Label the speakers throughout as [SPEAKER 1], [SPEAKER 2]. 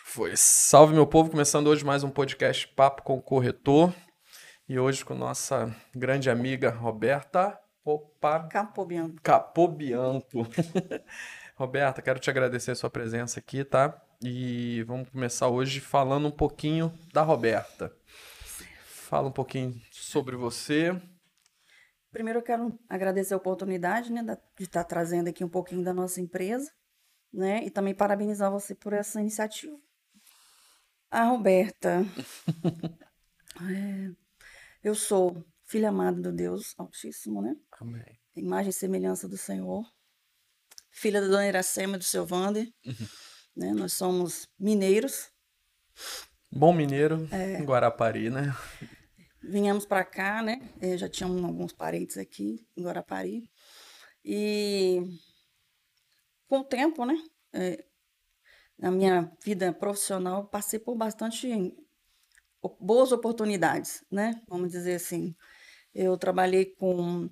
[SPEAKER 1] Foi. Salve, meu povo, começando hoje mais um podcast Papo com o Corretor. E hoje com nossa grande amiga Roberta
[SPEAKER 2] Capobiano.
[SPEAKER 1] Capobianco. Roberta, quero te agradecer a sua presença aqui, tá? E vamos começar hoje falando um pouquinho da Roberta. Fala um pouquinho sobre você.
[SPEAKER 2] Primeiro eu quero agradecer a oportunidade, né, de estar trazendo aqui um pouquinho da nossa empresa, né, e também parabenizar você por essa iniciativa. A Roberta, eu sou filha amada do Deus Altíssimo, né,
[SPEAKER 1] Amém.
[SPEAKER 2] imagem e semelhança do Senhor, filha da Dona Iracema e do seu Wander, né, nós somos mineiros,
[SPEAKER 1] Bom mineiro, em Guarapari, né?
[SPEAKER 2] viemos para cá, né, já tínhamos alguns parentes aqui em Guarapari, e com o tempo, né, na minha vida profissional, passei por bastante boas oportunidades, né? Vamos dizer assim. Eu trabalhei com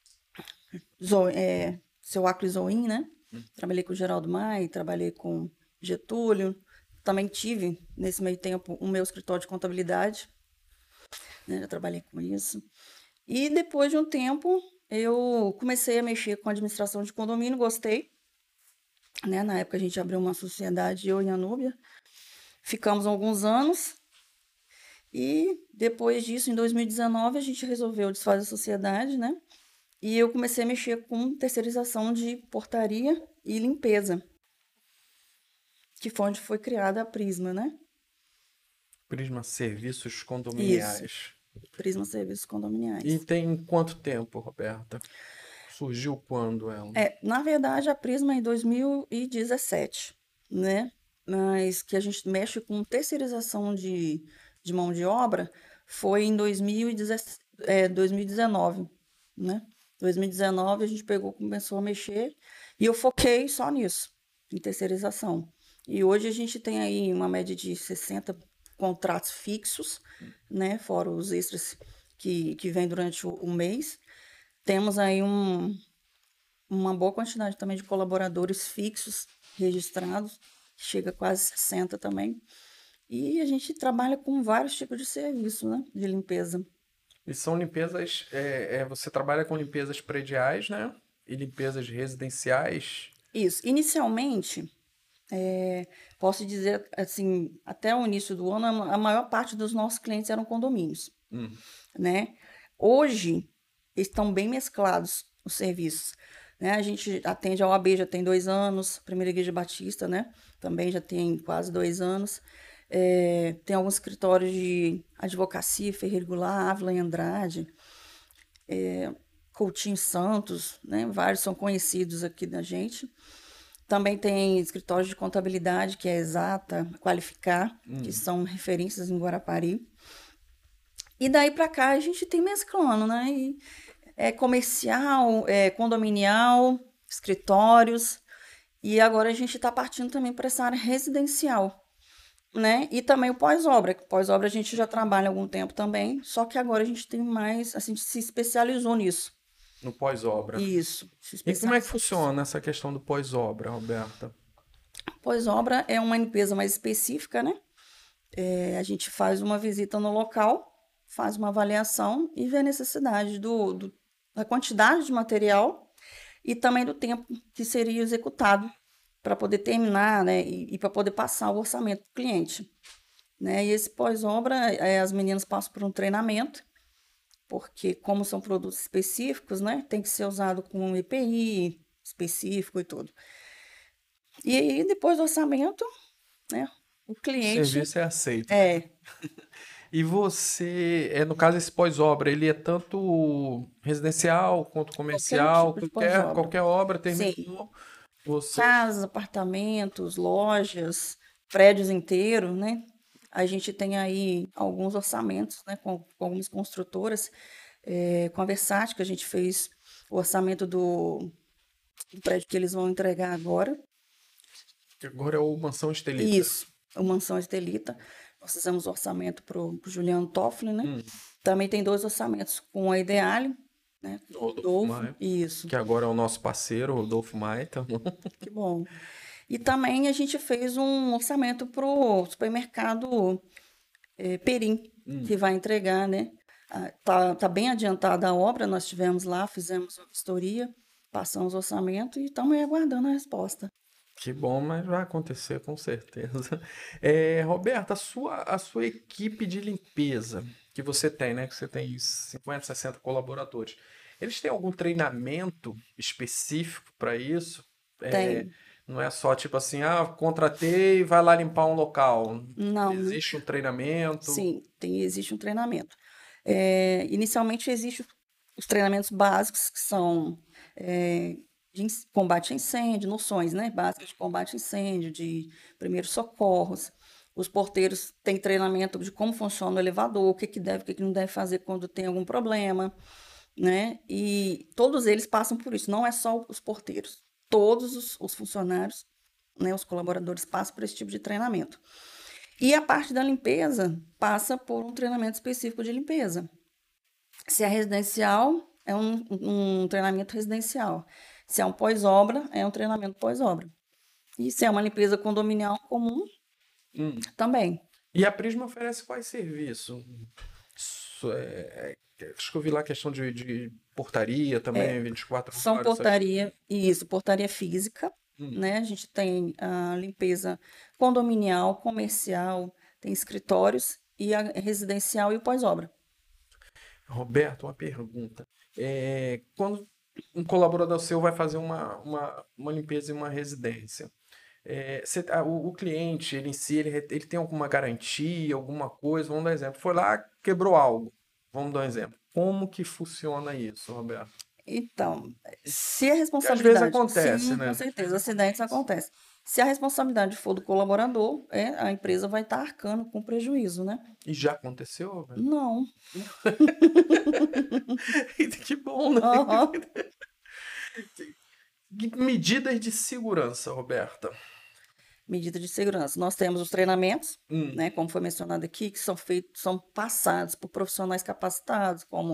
[SPEAKER 2] seu Acre Zoin, né? Trabalhei com o Geraldo Mai, trabalhei com Getúlio. Também tive, nesse meio tempo, o meu escritório de contabilidade, né? Já trabalhei com isso. E depois de um tempo, eu comecei a mexer com administração de condomínio, gostei. Né? Na época a gente abriu uma sociedade, eu e a Núbia. Ficamos alguns anos. E depois disso, em 2019, a gente resolveu desfazer a sociedade, né? E eu comecei a mexer com terceirização de portaria e limpeza, que foi onde foi criada a Prisma, né?
[SPEAKER 1] Prisma Serviços
[SPEAKER 2] Isso,
[SPEAKER 1] Condominiais.
[SPEAKER 2] Prisma Serviços
[SPEAKER 1] E
[SPEAKER 2] Condominiais.
[SPEAKER 1] tem quanto tempo, Roberta? Surgiu quando ela?
[SPEAKER 2] Na verdade, a Prisma é em 2017, né? Mas que a gente mexe com terceirização de mão de obra foi em 2019, né? 2019 a gente pegou, começou a mexer e eu foquei só nisso, em terceirização. E hoje a gente tem aí uma média de 60 contratos fixos, né? Fora os extras que vem durante o mês. Temos aí uma boa quantidade também de colaboradores fixos registrados, que chega a quase 60 também. E a gente trabalha com vários tipos de serviço, né? De limpeza.
[SPEAKER 1] E são limpezas, você trabalha com limpezas prediais, né? E limpezas residenciais.
[SPEAKER 2] Isso. Inicialmente, posso dizer assim, até o início do ano, a maior parte dos nossos clientes eram condomínios, né? Hoje, estão bem mesclados os serviços. Né? A gente atende a OAB já tem 2 anos, Primeira Igreja Batista, né? Também já tem quase 2 anos. Tem alguns escritórios de advocacia, Ferreira Goulart, Ávila e Andrade, Coutinho Santos, né? Vários são conhecidos aqui da gente. Também tem escritórios de contabilidade, que é Exata, Qualificar, que são referências em Guarapari. E daí para cá a gente tem mesclando, né? E é comercial, condominial, escritórios. E agora a gente está partindo também para essa área residencial, né? E também o pós-obra. Pós-obra a gente já trabalha há algum tempo também, só que agora a gente tem mais, assim, se especializou nisso.
[SPEAKER 1] No pós-obra.
[SPEAKER 2] Isso, se
[SPEAKER 1] E como é que
[SPEAKER 2] especializou nisso.
[SPEAKER 1] funciona essa questão do pós-obra, Roberta?
[SPEAKER 2] Pós-obra é uma limpeza mais específica, né? A gente faz uma visita no local, faz uma avaliação e vê a necessidade da quantidade de material e também do tempo que seria executado para poder terminar, né, e para poder passar o orçamento para o cliente. Né? E esse pós-obra, as meninas passam por um treinamento, porque como são produtos específicos, né, tem que ser usado com um EPI específico e tudo. E aí, depois do orçamento, né, o
[SPEAKER 1] O
[SPEAKER 2] cliente
[SPEAKER 1] serviço é aceito.
[SPEAKER 2] é
[SPEAKER 1] E você, no caso, esse pós-obra, ele é tanto residencial quanto
[SPEAKER 2] qualquer
[SPEAKER 1] comercial,
[SPEAKER 2] tipo de pós-obra.
[SPEAKER 1] qualquer obra
[SPEAKER 2] Sim,
[SPEAKER 1] terminou, você.
[SPEAKER 2] casas, apartamentos, lojas, prédios inteiros, né? A gente tem aí alguns orçamentos, né, com algumas construtoras, com a Versátil, que a gente fez o orçamento do prédio que eles vão entregar agora.
[SPEAKER 1] Agora é o Mansão Estelita.
[SPEAKER 2] Isso, o Mansão Estelita. Nós fizemos orçamento para o Juliano Toffoli, né? Também tem 2 orçamentos com a Ideale, né?
[SPEAKER 1] Rodolfo
[SPEAKER 2] Rodolfo,
[SPEAKER 1] Maia,
[SPEAKER 2] isso,
[SPEAKER 1] que agora é o nosso parceiro, Rodolfo Maia. Então,
[SPEAKER 2] que bom. E também a gente fez um orçamento para o supermercado Perim, que vai entregar, né? Tá bem adiantada a obra, nós estivemos lá, fizemos uma vistoria, passamos o orçamento e estamos aguardando a resposta.
[SPEAKER 1] Que bom, mas vai acontecer com certeza. Roberta, a sua equipe de limpeza que você tem, né? Que você tem 50, 60 colaboradores. Eles têm algum treinamento específico para isso? É,
[SPEAKER 2] Tem,
[SPEAKER 1] não é só tipo assim, contratei e vai lá limpar um local.
[SPEAKER 2] não,
[SPEAKER 1] Existe um treinamento?
[SPEAKER 2] sim, existe um treinamento. Inicialmente, existem os treinamentos básicos, que são combate a incêndio, noções, né, básicas de combate a incêndio, de primeiros socorros. Os porteiros têm treinamento de como funciona o elevador, o que que deve, o que que não deve fazer quando tem algum problema, né? E todos eles passam por isso, não é só os porteiros. Todos os funcionários, né, os colaboradores passam por esse tipo de treinamento. E a parte da limpeza passa por um treinamento específico de limpeza. Se é residencial, é um treinamento residencial. Se é um pós-obra, é um treinamento pós-obra. E se é uma limpeza condominial comum, também.
[SPEAKER 1] E a Prisma oferece quais serviços? Acho que eu vi lá a questão de portaria também, 24
[SPEAKER 2] São
[SPEAKER 1] horas.
[SPEAKER 2] portaria, isso, portaria física, né? A gente tem a limpeza condominial, comercial, tem escritórios, e a residencial e o pós-obra.
[SPEAKER 1] Roberto, uma pergunta. Quando um colaborador seu vai fazer uma limpeza em uma residência, o cliente, ele em si, ele tem alguma garantia, alguma coisa? Vamos dar um exemplo. Foi lá, quebrou algo. Vamos dar um exemplo. Como que funciona isso, Roberto?
[SPEAKER 2] Então, se a
[SPEAKER 1] Porque às vezes
[SPEAKER 2] responsabilidade,
[SPEAKER 1] acontece,
[SPEAKER 2] sim, com
[SPEAKER 1] né?
[SPEAKER 2] certeza, acidentes acontecem. Se a responsabilidade for do colaborador, a empresa vai estar arcando com prejuízo, né?
[SPEAKER 1] E já aconteceu, Roberto?
[SPEAKER 2] Não.
[SPEAKER 1] Que bom, né?
[SPEAKER 2] Aham.
[SPEAKER 1] Que medidas de segurança, Roberta?
[SPEAKER 2] Medida de segurança. Nós temos os treinamentos,
[SPEAKER 1] Hum,
[SPEAKER 2] né, como foi mencionado aqui, que são passados por profissionais capacitados, como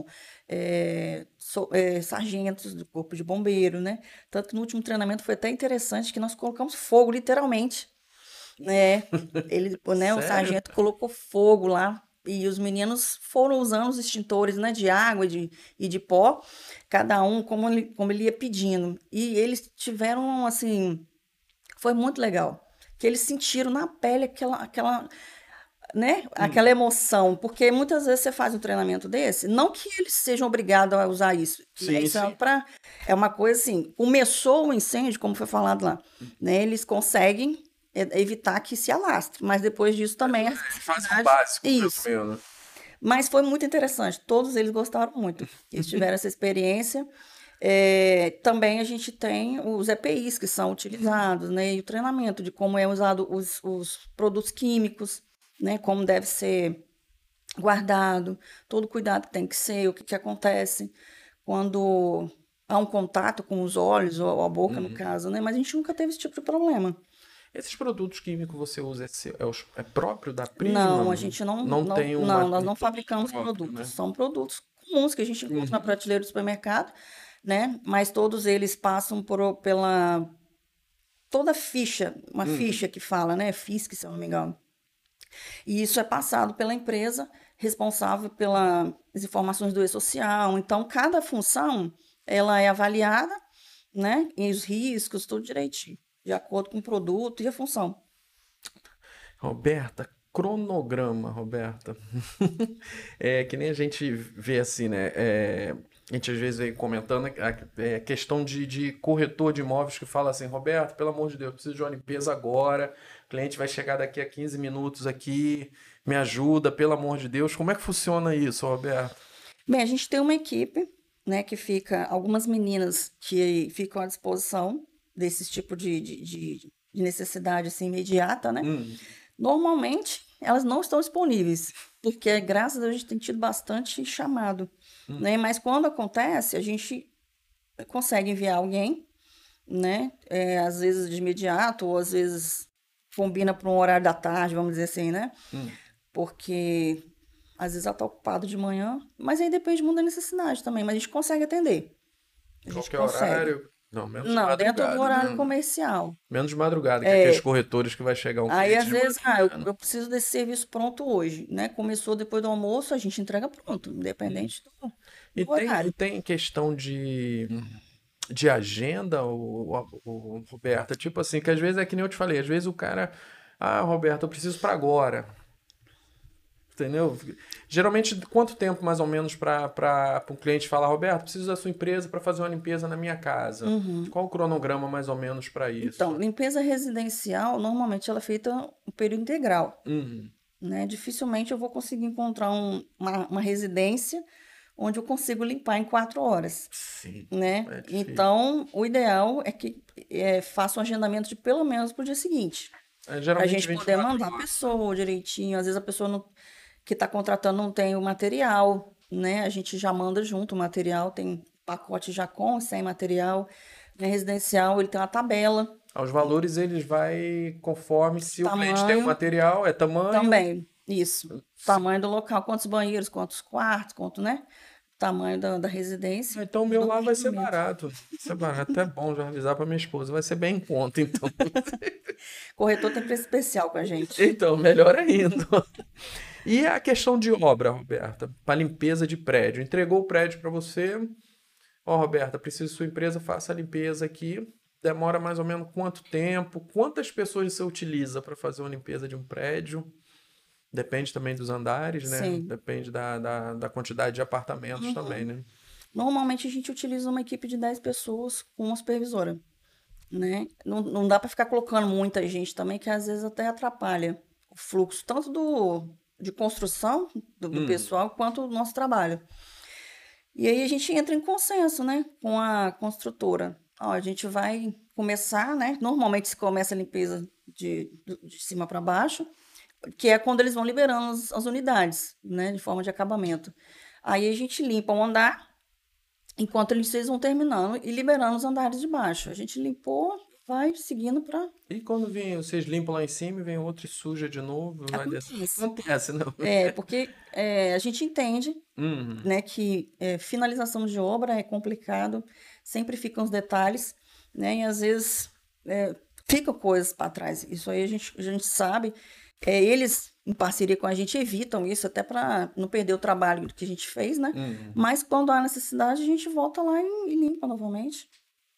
[SPEAKER 2] sargentos do Corpo de Bombeiro, né? Tanto que no último treinamento foi até interessante que nós colocamos fogo, literalmente, né? Né, o
[SPEAKER 1] sério?
[SPEAKER 2] sargento colocou fogo lá e os meninos foram usando os extintores, né, de água e de pó, cada um como ele ia pedindo. E eles tiveram, assim, foi muito legal, que eles sentiram na pele né, aquela emoção, porque muitas vezes você faz um treinamento desse, não que eles sejam obrigados a usar isso, né,
[SPEAKER 1] Sim,
[SPEAKER 2] isso
[SPEAKER 1] sim.
[SPEAKER 2] é uma coisa assim, começou o incêndio, como foi falado lá, né, eles conseguem evitar que se alastre, mas depois disso também a
[SPEAKER 1] Eles fazem o
[SPEAKER 2] responsabilidade,
[SPEAKER 1] básico, pelo
[SPEAKER 2] isso.
[SPEAKER 1] menos.
[SPEAKER 2] Mas foi muito interessante, todos eles gostaram muito, eles tiveram essa experiência. Também a gente tem os EPIs que são utilizados, né, e o treinamento de como é usado os produtos químicos, né, como deve ser guardado, todo o cuidado que tem que ser, o que acontece quando há um contato com os olhos ou a boca, no caso, né, mas a gente nunca teve esse tipo de problema.
[SPEAKER 1] Esses produtos químicos que você usa é próprio da Prisma?
[SPEAKER 2] Não, a gente
[SPEAKER 1] Não tem uma,
[SPEAKER 2] nós
[SPEAKER 1] um
[SPEAKER 2] não
[SPEAKER 1] produto
[SPEAKER 2] fabricamos
[SPEAKER 1] próprio,
[SPEAKER 2] produtos,
[SPEAKER 1] né?
[SPEAKER 2] são produtos comuns que a gente encontra na prateleira do supermercado, né? Mas todos eles passam pela toda ficha, uma ficha que fala, né? FISC, se eu não me engano. E isso é passado pela empresa responsável pelas informações do e-social. Então, cada função ela é avaliada, né? E os riscos, tudo direitinho, de acordo com o produto e a função.
[SPEAKER 1] Roberta, cronograma, Roberta. É que nem a gente vê assim, né? A gente às vezes vem comentando a questão de corretor de imóveis que fala assim, Roberto, pelo amor de Deus, preciso de uma limpeza agora. O cliente vai chegar daqui a 15 minutos aqui, me ajuda, pelo amor de Deus. Como é que funciona isso, Roberto?
[SPEAKER 2] Bem, a gente tem uma equipe, né, que fica, algumas meninas que ficam à disposição desses tipo de necessidade assim, imediata, né? Normalmente, elas não estão disponíveis, porque graças a Deus a gente tem tido bastante chamado, né? Mas quando acontece, a gente consegue enviar alguém, né? Às vezes de imediato, ou às vezes combina para um horário da tarde, vamos dizer assim, né? Porque às vezes ela está ocupada de manhã, mas aí depende muito da necessidade também, mas a gente consegue atender. A gente
[SPEAKER 1] Qualquer
[SPEAKER 2] consegue.
[SPEAKER 1] horário? Não, menos de
[SPEAKER 2] Não, dentro do
[SPEAKER 1] madrugada,
[SPEAKER 2] horário
[SPEAKER 1] né?
[SPEAKER 2] comercial.
[SPEAKER 1] Menos de madrugada, que é aqueles corretores que vai chegar um
[SPEAKER 2] Aí,
[SPEAKER 1] cliente
[SPEAKER 2] às
[SPEAKER 1] de
[SPEAKER 2] vezes,
[SPEAKER 1] manhã, né?
[SPEAKER 2] eu preciso desse serviço pronto hoje, né? Começou depois do almoço, a gente entrega pronto, independente do
[SPEAKER 1] E
[SPEAKER 2] horário.
[SPEAKER 1] tem questão de agenda, Roberta? Tipo assim, que às vezes é que nem eu te falei, às vezes o cara, ah, Roberta, eu preciso para agora. Entendeu? Geralmente, quanto tempo mais ou menos para um cliente falar, Roberto, preciso da sua empresa para fazer uma limpeza na minha casa?
[SPEAKER 2] Uhum.
[SPEAKER 1] Qual o cronograma mais ou menos para
[SPEAKER 2] Então,
[SPEAKER 1] isso?
[SPEAKER 2] limpeza residencial, normalmente ela é feita um período integral,
[SPEAKER 1] Uhum.
[SPEAKER 2] né? Dificilmente eu vou conseguir encontrar uma residência onde eu consigo limpar em 4 horas,
[SPEAKER 1] Sim,
[SPEAKER 2] né?
[SPEAKER 1] é difícil.
[SPEAKER 2] Então, o ideal é que faça um agendamento de pelo menos para o dia seguinte,
[SPEAKER 1] É
[SPEAKER 2] para a
[SPEAKER 1] geralmente
[SPEAKER 2] gente poder
[SPEAKER 1] 24
[SPEAKER 2] mandar a
[SPEAKER 1] horas, né?
[SPEAKER 2] pessoa direitinho. Às vezes a pessoa que está contratando não tem o material, né? A gente já manda junto o material, tem pacote já com e sem material. Na residencial, ele tem uma tabela,
[SPEAKER 1] Os valores eles vai conforme se o cliente tem o
[SPEAKER 2] tamanho
[SPEAKER 1] material, é tamanho.
[SPEAKER 2] também, isso.
[SPEAKER 1] Se-
[SPEAKER 2] Tamanho do local, quantos banheiros, quantos quartos, quanto, né? Tamanho da residência,
[SPEAKER 1] Então o meu
[SPEAKER 2] do
[SPEAKER 1] lá vai ser
[SPEAKER 2] apartamento.
[SPEAKER 1] barato. Vai ser barato. É bom já avisar para minha esposa. Vai ser bem em conta, então.
[SPEAKER 2] Corretor tem preço especial com a gente.
[SPEAKER 1] Então, melhor ainda. E a questão de obra, Roberta, para limpeza de prédio. Entregou o prédio para você. Ó, Roberta, preciso que sua empresa faça a limpeza aqui. Demora mais ou menos quanto tempo? Quantas pessoas você utiliza para fazer uma limpeza de um prédio? Depende também dos andares, né?
[SPEAKER 2] Sim.
[SPEAKER 1] Depende da quantidade de apartamentos também,
[SPEAKER 2] Uhum.
[SPEAKER 1] né?
[SPEAKER 2] Normalmente a gente utiliza uma equipe de 10 pessoas com uma supervisora, né? Não dá para ficar colocando muita gente também, que às vezes até atrapalha o fluxo, tanto de construção do
[SPEAKER 1] Hum,
[SPEAKER 2] pessoal, quanto do nosso trabalho. E aí a gente entra em consenso, né, com a construtora. Ó, a gente vai começar, né? Normalmente se começa a limpeza de cima para baixo, que é quando eles vão liberando as unidades, né, de forma de acabamento. Aí a gente limpa um andar, enquanto vocês vão terminando e liberando os andares de baixo. A gente limpou, vai seguindo para.
[SPEAKER 1] E quando vem, vocês limpam lá em cima e vem outro e suja de novo? Vai desse...
[SPEAKER 2] Acontece.
[SPEAKER 1] Acontece, não?
[SPEAKER 2] Porque a gente entende,
[SPEAKER 1] Uhum.
[SPEAKER 2] né, que finalização de obra é complicado, sempre ficam os detalhes, né, e às vezes ficam coisas para trás. Isso aí a gente sabe. Eles, em parceria com a gente, evitam isso até para não perder o trabalho que a gente fez, né?
[SPEAKER 1] Uhum.
[SPEAKER 2] Mas quando há necessidade, a gente volta lá e limpa novamente.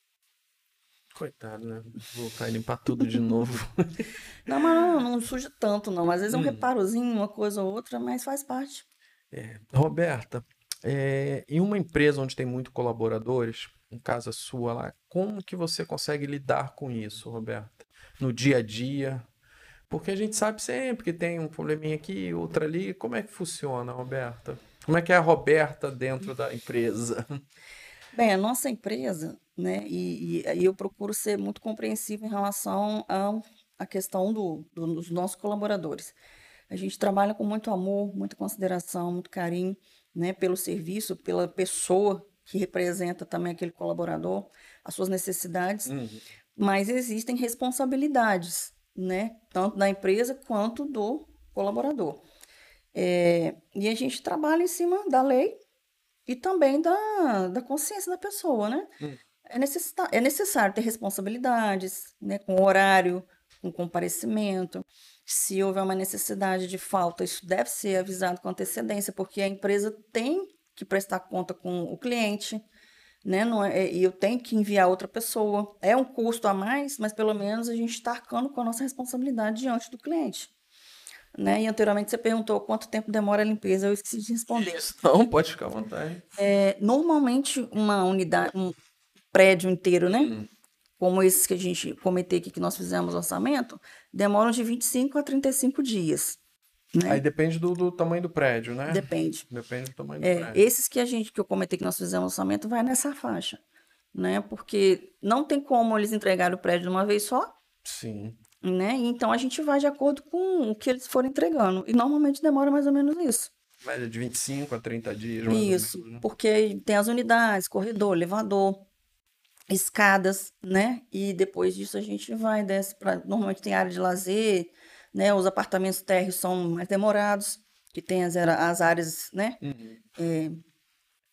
[SPEAKER 1] Coitado, né? Voltar e limpar tudo de novo.
[SPEAKER 2] Não, mas não suja tanto, não. Às vezes é um
[SPEAKER 1] Hum.
[SPEAKER 2] reparozinho, uma coisa ou outra, mas faz parte.
[SPEAKER 1] Roberta, em uma empresa onde tem muito colaboradores, em casa sua lá, como que você consegue lidar com isso, Roberta? No dia a dia? Porque a gente sabe sempre que tem um probleminha aqui, outro ali. Como é que funciona, Roberta? Como é que é a Roberta dentro da empresa?
[SPEAKER 2] Bem, a nossa empresa, né, e eu procuro ser muito compreensivo em relação à questão dos nossos colaboradores. A gente trabalha com muito amor, muita consideração, muito carinho, né, pelo serviço, pela pessoa que representa também aquele colaborador, as suas necessidades,
[SPEAKER 1] Uhum.
[SPEAKER 2] mas existem responsabilidades, né, tanto da empresa quanto do colaborador. E a gente trabalha em cima da lei e também da consciência da pessoa, né?
[SPEAKER 1] Hum.
[SPEAKER 2] É necessário ter responsabilidades, né, com horário, com comparecimento. Se houver uma necessidade de falta, isso deve ser avisado com antecedência, porque a empresa tem que prestar conta com o cliente, né? Não e eu tenho que enviar outra pessoa. É um custo a mais, mas pelo menos a gente está arcando com a nossa responsabilidade diante do cliente, né? E anteriormente você perguntou quanto tempo demora a limpeza, eu esqueci de responder.
[SPEAKER 1] Isso, não, pode ficar à vontade.
[SPEAKER 2] Normalmente, uma unidade, um prédio inteiro, né?
[SPEAKER 1] Hum.
[SPEAKER 2] Como esses que a gente comentei aqui, que nós fizemos orçamento, demoram de 25 a 35 dias,
[SPEAKER 1] Aí
[SPEAKER 2] né?
[SPEAKER 1] depende do tamanho do prédio, né?
[SPEAKER 2] Depende.
[SPEAKER 1] Depende do tamanho do prédio.
[SPEAKER 2] Esses que eu comentei que nós fizemos orçamento, vai nessa faixa, né? Porque não tem como eles entregarem o prédio de uma vez só,
[SPEAKER 1] Sim.
[SPEAKER 2] né? Então a gente vai de acordo com o que eles forem entregando. E normalmente demora mais ou menos isso.
[SPEAKER 1] Média de 25 a 30 dias, mais ou
[SPEAKER 2] Isso,
[SPEAKER 1] menos, né?
[SPEAKER 2] porque tem as unidades, corredor, elevador, escadas, né? E depois disso a gente vai, desce para. Normalmente tem área de lazer, né? Os apartamentos térreos são mais demorados, que tem as áreas, né?
[SPEAKER 1] Uhum.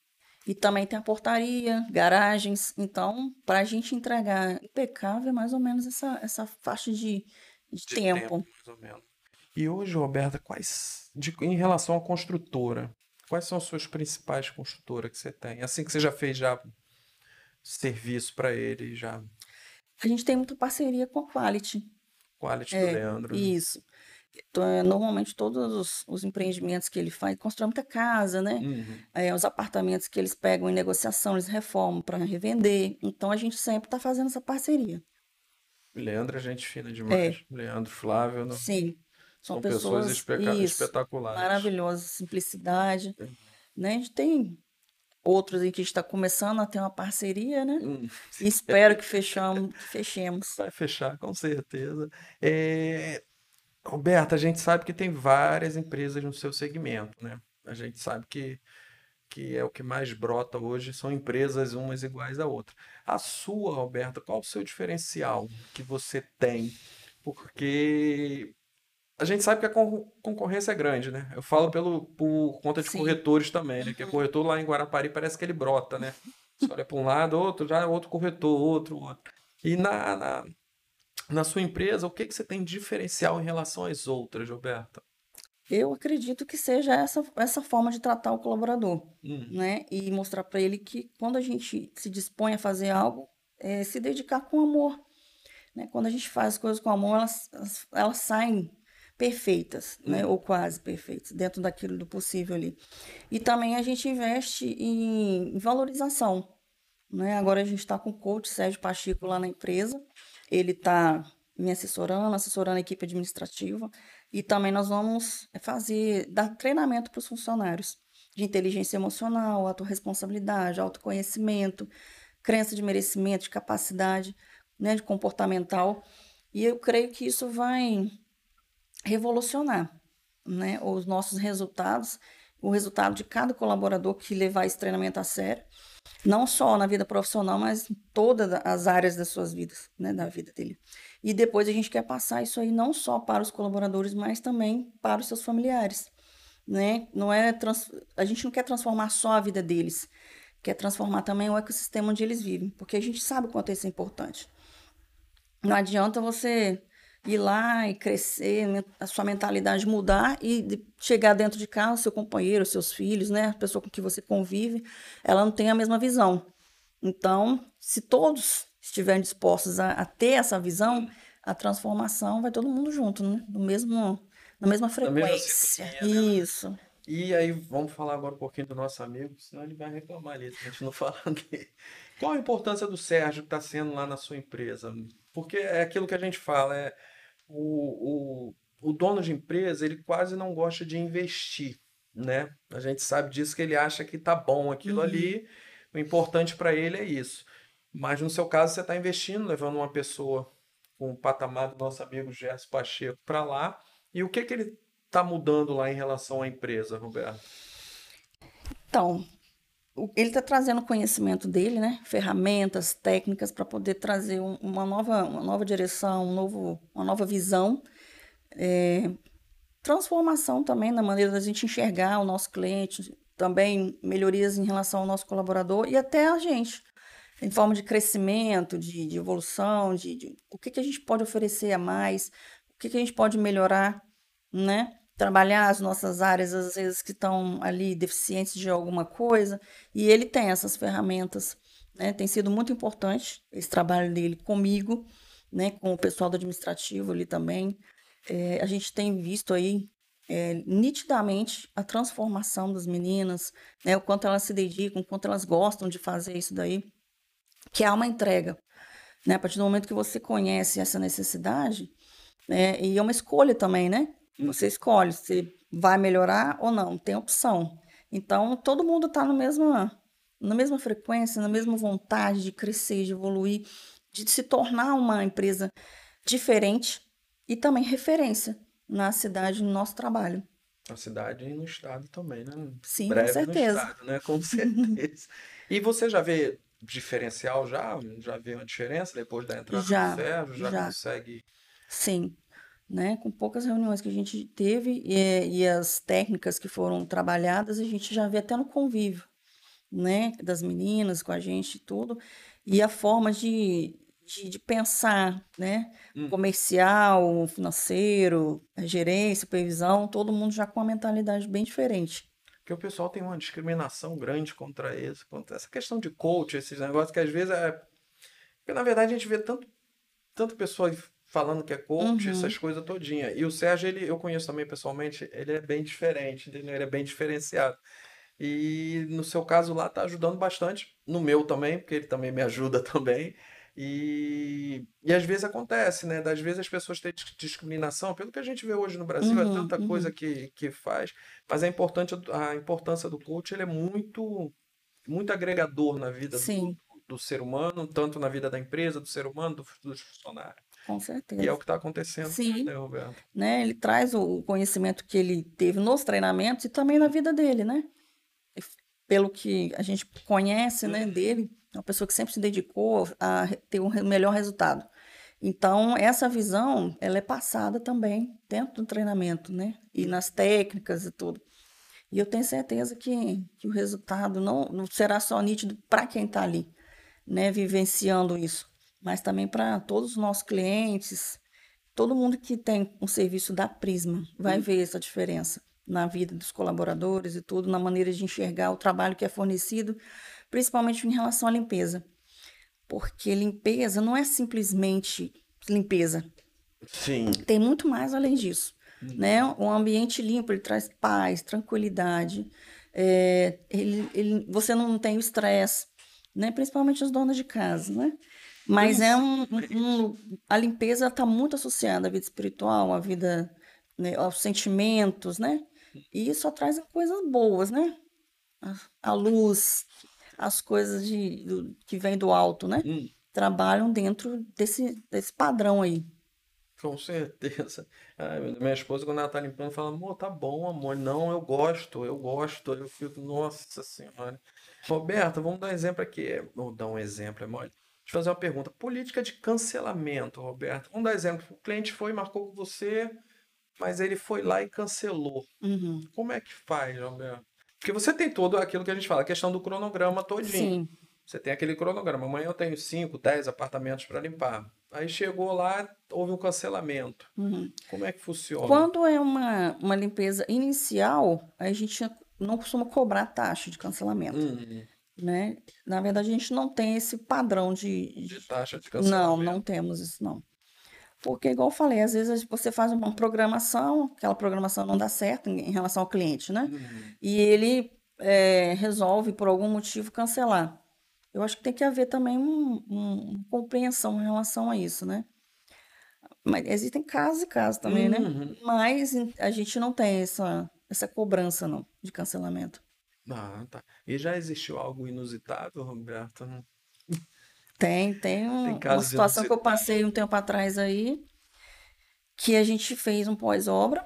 [SPEAKER 2] E também tem a portaria, garagens. Então, para a gente entregar impecável, é mais ou menos essa faixa de
[SPEAKER 1] De tempo,
[SPEAKER 2] tempo.
[SPEAKER 1] mais ou menos. E hoje, Roberta, em relação à construtora, quais são as suas principais construtoras que você tem? Assim que você já fez já serviço para ele, já
[SPEAKER 2] A gente tem muita parceria com a Quality.
[SPEAKER 1] quality do
[SPEAKER 2] É,
[SPEAKER 1] Leandro, né?
[SPEAKER 2] isso. Então, normalmente todos os empreendimentos que ele faz, constrói muita casa, né?
[SPEAKER 1] Uhum.
[SPEAKER 2] Os apartamentos que eles pegam em negociação, eles reformam para revender. Então a gente sempre está fazendo essa parceria.
[SPEAKER 1] Leandro é gente fina
[SPEAKER 2] É,
[SPEAKER 1] demais. Leandro, Flávio, não?
[SPEAKER 2] sim. São
[SPEAKER 1] São pessoas
[SPEAKER 2] pessoas, isso,
[SPEAKER 1] espetaculares.
[SPEAKER 2] maravilhosas, simplicidade, né? A gente tem outros aí que está começando a ter uma parceria, né?
[SPEAKER 1] Hum,
[SPEAKER 2] E espero que fechemos.
[SPEAKER 1] vai fechar, com certeza. É, Roberta, a gente sabe que tem várias empresas no seu segmento, né? A gente sabe que é o que mais brota hoje, são empresas umas iguais à outra. A sua, Roberta, qual o seu diferencial que você tem? Porque a gente sabe que a concorrência é grande, né? Eu falo por conta de
[SPEAKER 2] Sim.
[SPEAKER 1] corretores também, né? Que é
[SPEAKER 2] Uhum.
[SPEAKER 1] corretor lá em Guarapari parece que ele brota, né? Você olha para um lado, outro, já é outro corretor, outro. E na sua empresa, o que que você tem de diferencial em relação às outras, Roberta?
[SPEAKER 2] Eu acredito que seja essa forma de tratar o colaborador,
[SPEAKER 1] Hum,
[SPEAKER 2] né? E mostrar para ele que quando a gente se dispõe a fazer algo, é se dedicar com amor, né? Quando a gente faz as coisas com amor, elas saem perfeitas, né?
[SPEAKER 1] hum,
[SPEAKER 2] Ou quase perfeitas, dentro daquilo do possível ali. E também a gente investe em valorização, né? Agora a gente está com o coach Sérgio Pacheco lá na empresa. Ele está me assessorando a equipe administrativa. E também nós vamos dar treinamento para os funcionários de inteligência emocional, autorresponsabilidade, autoconhecimento, crença de merecimento, de capacidade, né, de comportamental. E eu creio que isso vai revolucionar, né, os nossos resultados, o resultado de cada colaborador que levar esse treinamento a sério, não só na vida profissional, mas em todas as áreas das suas vidas, né, da vida dele. E depois a gente quer passar isso aí não só para os colaboradores, mas também para os seus familiares, né? Não é a gente não quer transformar só a vida deles, quer transformar também o ecossistema onde eles vivem, porque a gente sabe o quanto isso é importante. Não adianta você ir lá e crescer, a sua mentalidade mudar e chegar dentro de casa, seu companheiro, seus filhos, né, a pessoa com que você convive, ela não tem a mesma visão. Então, se todos estiverem dispostos a ter essa visão,
[SPEAKER 1] hum.
[SPEAKER 2] a transformação vai todo mundo junto, né? Na mesma
[SPEAKER 1] Na mesma
[SPEAKER 2] frequência.
[SPEAKER 1] sintonia, né?
[SPEAKER 2] Isso.
[SPEAKER 1] E aí, vamos falar agora um pouquinho do nosso amigo, senão ele vai reclamar ali se a gente não falar dele. Qual a importância do Sérgio que está sendo lá na sua empresa? Porque é aquilo que a gente fala, o dono de empresa, ele quase não gosta de investir, né? A gente sabe disso que ele acha que tá bom aquilo
[SPEAKER 2] Uhum.
[SPEAKER 1] ali, o importante para ele é isso. Mas no seu caso, você está investindo, levando uma pessoa com o patamar do nosso amigo Gerson Pacheco para lá. E o que que ele está mudando lá em relação à empresa, Roberto?
[SPEAKER 2] Então, ele está trazendo o conhecimento dele, né? Ferramentas, técnicas para poder trazer uma nova direção, uma nova visão, é, transformação também na maneira da gente enxergar o nosso cliente, também melhorias em relação ao nosso colaborador e até a gente, em forma de crescimento, de evolução, o que a gente pode oferecer a mais, o que a gente pode melhorar, né? Trabalhar as nossas áreas, às vezes, que estão ali deficientes de alguma coisa, e ele tem essas ferramentas, né? Tem sido muito importante esse trabalho dele comigo, né? Com o pessoal do administrativo ali também. A gente tem visto aí nitidamente a transformação das meninas, né? O quanto elas se dedicam, o quanto elas gostam de fazer isso daí, que há uma entrega, né? A partir do momento que você conhece essa necessidade, né? E é uma escolha também, né? Você escolhe se vai melhorar ou não, tem opção. Então, todo mundo está na mesma frequência, na mesma vontade de crescer, de evoluir, de se tornar uma empresa diferente e também referência na cidade, no nosso trabalho.
[SPEAKER 1] Na cidade e no estado também, né?
[SPEAKER 2] Sim, com
[SPEAKER 1] Breve no
[SPEAKER 2] certeza.
[SPEAKER 1] estado, né? Com certeza. E você já vê diferencial já? Já vê uma diferença depois da entrada do
[SPEAKER 2] Já,
[SPEAKER 1] Sérgio? Já
[SPEAKER 2] já,
[SPEAKER 1] consegue.
[SPEAKER 2] sim. Né? Com poucas reuniões que a gente teve e as técnicas que foram trabalhadas, a gente já vê até no convívio, né, das meninas com a gente e tudo, e a forma de pensar, né, comercial, financeiro, gerência, supervisão, todo mundo já com uma mentalidade bem diferente.
[SPEAKER 1] Porque o pessoal tem uma discriminação grande contra isso, contra essa questão de coach, esses negócios que às vezes é. Porque na verdade a gente vê tanto pessoa falando que é coach,
[SPEAKER 2] Uhum,
[SPEAKER 1] essas coisas todinha. E o Sérgio, eu conheço também pessoalmente, ele é bem diferente, entendeu? Ele é bem diferenciado. E no seu caso lá tá ajudando bastante, no meu também, porque ele também me ajuda também. E às vezes acontece, né? Às vezes as pessoas têm discriminação, pelo que a gente vê hoje no Brasil, é
[SPEAKER 2] uhum,
[SPEAKER 1] tanta coisa
[SPEAKER 2] uhum.
[SPEAKER 1] que faz, mas a importância do coach ele é muito agregador na vida
[SPEAKER 2] Sim,
[SPEAKER 1] do ser humano, tanto na vida da empresa, do ser humano, dos funcionários.
[SPEAKER 2] com
[SPEAKER 1] E é
[SPEAKER 2] certeza.
[SPEAKER 1] o que está acontecendo,
[SPEAKER 2] Sim,
[SPEAKER 1] né, Roberto?
[SPEAKER 2] né? Ele traz o conhecimento que ele teve nos treinamentos e também na vida dele, né? Pelo que a gente conhece, né, dele, é uma pessoa que sempre se dedicou a ter um melhor resultado. Então, essa visão, ela é passada também dentro do treinamento, né? E nas técnicas e tudo. E eu tenho certeza que o resultado não será só nítido para quem está ali, né, vivenciando isso, mas também para todos os nossos clientes, todo mundo que tem um serviço da Prisma vai ver essa diferença na vida dos colaboradores e tudo, na maneira de enxergar o trabalho que é fornecido, principalmente em relação à limpeza. Porque limpeza não é simplesmente limpeza,
[SPEAKER 1] Sim.
[SPEAKER 2] tem muito mais além disso, né? Um ambiente limpo, ele traz paz, tranquilidade, você não tem o estresse, né? Principalmente as donas de casa, né? Mas
[SPEAKER 1] É isso.
[SPEAKER 2] a limpeza está muito associada à vida espiritual, à vida, né, aos sentimentos, né? E isso só traz coisas boas, né? A luz, as coisas que vêm do alto, né?
[SPEAKER 1] Hum,
[SPEAKER 2] Trabalham dentro desse padrão aí.
[SPEAKER 1] com certeza. Ai, minha esposa, quando ela tá limpando, fala, amor, tá bom, amor. Não, eu gosto, eu gosto. Eu fico, nossa senhora. Roberta, vamos dar um exemplo aqui. Vamos dar um exemplo, é mole. Deixa eu fazer uma pergunta. Política de cancelamento, Roberto. Vamos dar exemplo. O cliente foi, marcou com você, mas ele foi lá e cancelou.
[SPEAKER 2] Uhum.
[SPEAKER 1] Como é que faz, Roberto? Porque você tem todo aquilo que a gente fala, a questão do cronograma todinho.
[SPEAKER 2] Sim.
[SPEAKER 1] Você tem aquele cronograma. Amanhã eu tenho 5, 10 apartamentos para limpar. Aí chegou lá, houve um cancelamento.
[SPEAKER 2] Uhum.
[SPEAKER 1] Como é que funciona?
[SPEAKER 2] Quando é uma limpeza inicial, a gente não costuma cobrar taxa de cancelamento,
[SPEAKER 1] Hum,
[SPEAKER 2] né? Na verdade, a gente não tem esse padrão
[SPEAKER 1] de taxa de
[SPEAKER 2] Não
[SPEAKER 1] cancelamento.
[SPEAKER 2] temos isso, não. Porque, igual eu falei, às vezes você faz uma programação, aquela programação não dá certo em relação ao cliente, né?
[SPEAKER 1] Hum,
[SPEAKER 2] E ele resolve, por algum motivo, cancelar. Eu acho que tem que haver também uma compreensão em relação a isso, né? Mas existem casos e casos também, né?
[SPEAKER 1] uhum.
[SPEAKER 2] Mas a gente não tem essa cobrança, não, de cancelamento.
[SPEAKER 1] Ah, tá. E já existiu algo inusitado, Roberto?
[SPEAKER 2] Tem
[SPEAKER 1] Tem
[SPEAKER 2] uma
[SPEAKER 1] casos
[SPEAKER 2] situação que eu
[SPEAKER 1] inusitados?
[SPEAKER 2] passei um tempo atrás aí, que a gente fez um pós-obra,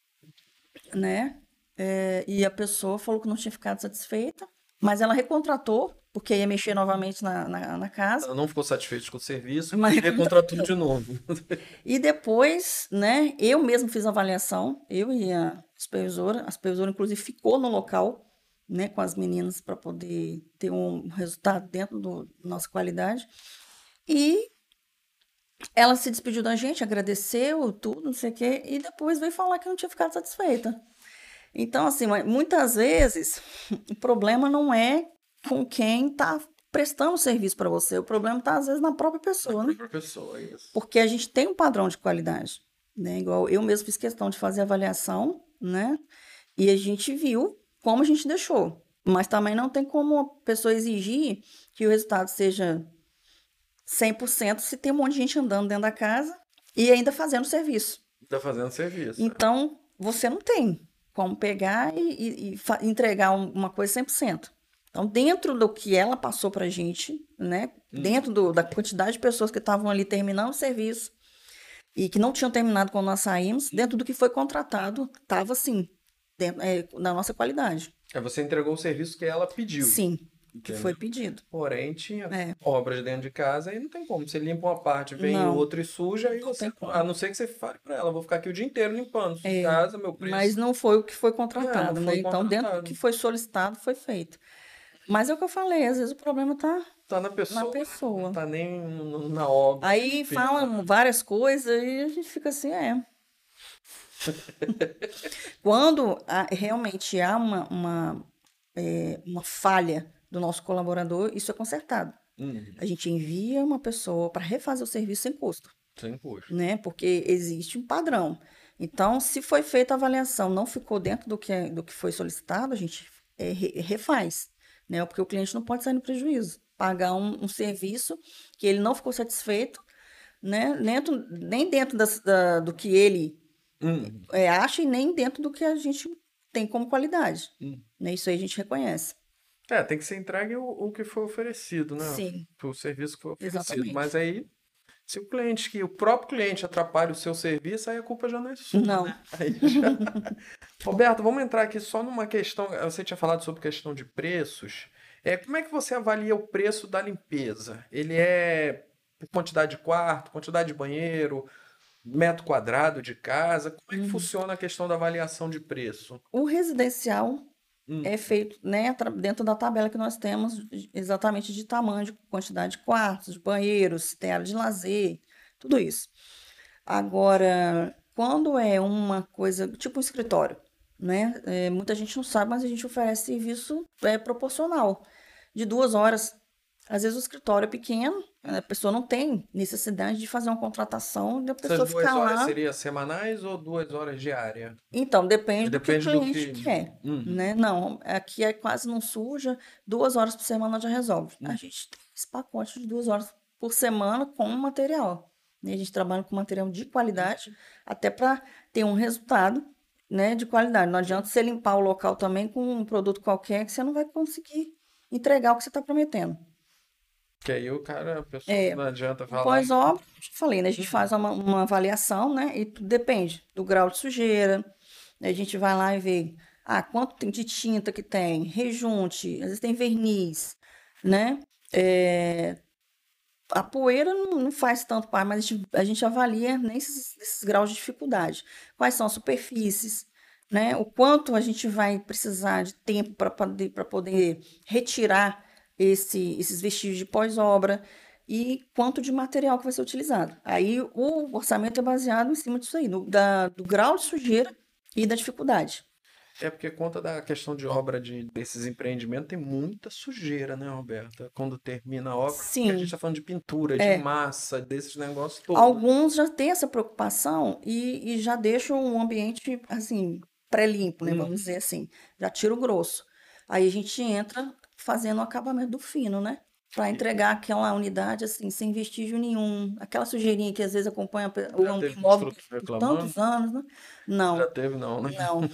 [SPEAKER 2] né? E a pessoa falou que não tinha ficado satisfeita, mas ela recontratou, porque ia mexer novamente na casa.
[SPEAKER 1] Ela não ficou satisfeita com o serviço
[SPEAKER 2] Mas
[SPEAKER 1] e recontratou de novo.
[SPEAKER 2] E depois, né, eu mesmo fiz a avaliação, eu e a supervisora inclusive ficou no local, né, com as meninas para poder ter um resultado dentro da nossa qualidade. E ela se despediu da gente, agradeceu tudo, não sei o quê, e depois veio falar que não tinha ficado satisfeita. Então, assim, muitas vezes o problema não é com quem está prestando serviço para você, o problema está às vezes na própria
[SPEAKER 1] A
[SPEAKER 2] pessoa, né?
[SPEAKER 1] própria pessoa, isso.
[SPEAKER 2] Porque a gente tem um padrão de qualidade, né? Igual eu mesmo fiz questão de fazer avaliação, né? E a gente viu como a gente deixou. Mas também não tem como a pessoa exigir que o resultado seja 100% se tem um monte de gente andando dentro da casa e ainda fazendo serviço.
[SPEAKER 1] Tá fazendo serviço.
[SPEAKER 2] Então, você não tem como pegar e entregar uma coisa 100%. Então, dentro do que ela passou para a gente, né? Dentro da quantidade de pessoas que estavam ali terminando o serviço, e que não tinham terminado quando nós saímos, dentro do que foi contratado, estava assim, na nossa qualidade.
[SPEAKER 1] Aí você entregou o serviço que ela pediu,
[SPEAKER 2] Sim, que foi
[SPEAKER 1] entendeu?
[SPEAKER 2] pedido.
[SPEAKER 1] Porém, tinha
[SPEAKER 2] É,
[SPEAKER 1] obras dentro de casa e não tem como. Você limpa uma parte, vem
[SPEAKER 2] não,
[SPEAKER 1] outra e suja, aí
[SPEAKER 2] não
[SPEAKER 1] você,
[SPEAKER 2] tem
[SPEAKER 1] a
[SPEAKER 2] como.
[SPEAKER 1] não ser que você fale para ela, vou ficar aqui o dia inteiro limpando sua
[SPEAKER 2] É,
[SPEAKER 1] casa, meu
[SPEAKER 2] mas
[SPEAKER 1] preço.
[SPEAKER 2] não foi o que foi
[SPEAKER 1] É, não
[SPEAKER 2] contratado, né?
[SPEAKER 1] foi
[SPEAKER 2] Então, dentro do que
[SPEAKER 1] contratado.
[SPEAKER 2] foi solicitado, foi feito. Mas é o que eu falei, às vezes o problema tá
[SPEAKER 1] Tá na
[SPEAKER 2] na
[SPEAKER 1] pessoa,
[SPEAKER 2] pessoa.
[SPEAKER 1] não tá nem na obra.
[SPEAKER 2] Aí falam várias coisas e a gente fica assim, Quando realmente há uma falha do nosso colaborador, isso é consertado. A gente envia uma pessoa para refazer o serviço sem custo,
[SPEAKER 1] Sem custo.
[SPEAKER 2] né? Porque existe um padrão. Então, se foi feita a avaliação, não ficou dentro do que foi solicitado, a gente refaz, né? Porque o cliente não pode sair no prejuízo. Pagar um serviço que ele não ficou satisfeito, né? Nem dentro do que ele acha e nem dentro do que a gente tem como qualidade. Né? Isso aí a gente reconhece.
[SPEAKER 1] Tem que ser entregue o que foi oferecido, né?
[SPEAKER 2] Sim,
[SPEAKER 1] O serviço que foi oferecido. Mas
[SPEAKER 2] exatamente.
[SPEAKER 1] aí, se o próprio cliente atrapalha o seu serviço, aí a culpa já não é sua,
[SPEAKER 2] Não.
[SPEAKER 1] né? Aí já... Roberto, vamos entrar aqui só numa questão. Você tinha falado sobre questão de preços. Como é que você avalia o preço da limpeza? Ele é por quantidade de quarto, quantidade de banheiro, metro quadrado de casa? Como é que funciona a questão da avaliação de preço?
[SPEAKER 2] O residencial é feito, né, dentro da tabela que nós temos, exatamente de tamanho, de quantidade de quartos, de banheiros, tem área de lazer, tudo isso. Agora, quando é uma coisa, tipo um escritório, né? Muita gente não sabe, mas a gente oferece serviço proporcional, de 2 horas. Às vezes o escritório é pequeno, a pessoa não tem necessidade de fazer uma contratação, da pessoa
[SPEAKER 1] Essas duas
[SPEAKER 2] ficar
[SPEAKER 1] horas
[SPEAKER 2] lá.
[SPEAKER 1] seria semanais ou 2 horas diárias?
[SPEAKER 2] Então, depende do que o
[SPEAKER 1] Depende do
[SPEAKER 2] cliente
[SPEAKER 1] que.
[SPEAKER 2] quer, né? Não, aqui é quase não suja, 2 horas por semana já resolve. A gente tem esse pacote de 2 horas por semana com material, né? A gente trabalha com material de qualidade, até para ter um resultado, né, de qualidade. Não adianta você limpar o local também com um produto qualquer que você não vai conseguir entregar o que você está prometendo.
[SPEAKER 1] Que aí a pessoa não adianta
[SPEAKER 2] O
[SPEAKER 1] falar.
[SPEAKER 2] pós-obra, eu falei, né? A gente faz uma avaliação, né? E tudo depende do grau de sujeira. A gente vai lá e vê, quanto tem de tinta que tem, rejunte, às vezes tem verniz, né? A poeira não faz tanto parte, mas a gente avalia nesses graus de dificuldade. Quais são as superfícies, né? O quanto a gente vai precisar de tempo para poder retirar esses vestígios de pós-obra e quanto de material que vai ser utilizado. Aí o orçamento é baseado em cima disso aí, do grau de sujeira e da dificuldade.
[SPEAKER 1] Porque conta da questão de obra desses empreendimentos, tem muita sujeira, né, Roberta? Quando termina a obra, porque a gente
[SPEAKER 2] Sim,
[SPEAKER 1] está falando de pintura, de
[SPEAKER 2] é.
[SPEAKER 1] massa, desses negócios todos.
[SPEAKER 2] Alguns já têm essa preocupação e já deixam o ambiente assim pré-limpo, né? Vamos dizer assim, já tira o grosso. Aí a gente entra fazendo o acabamento do fino, né? Para entregar aquela unidade assim sem vestígio nenhum, aquela sujeirinha que às vezes acompanha
[SPEAKER 1] Já
[SPEAKER 2] o
[SPEAKER 1] teve
[SPEAKER 2] imóvel
[SPEAKER 1] construtor
[SPEAKER 2] por
[SPEAKER 1] reclamando?
[SPEAKER 2] tantos anos, né?
[SPEAKER 1] Já
[SPEAKER 2] Não,
[SPEAKER 1] teve, não, né?
[SPEAKER 2] não.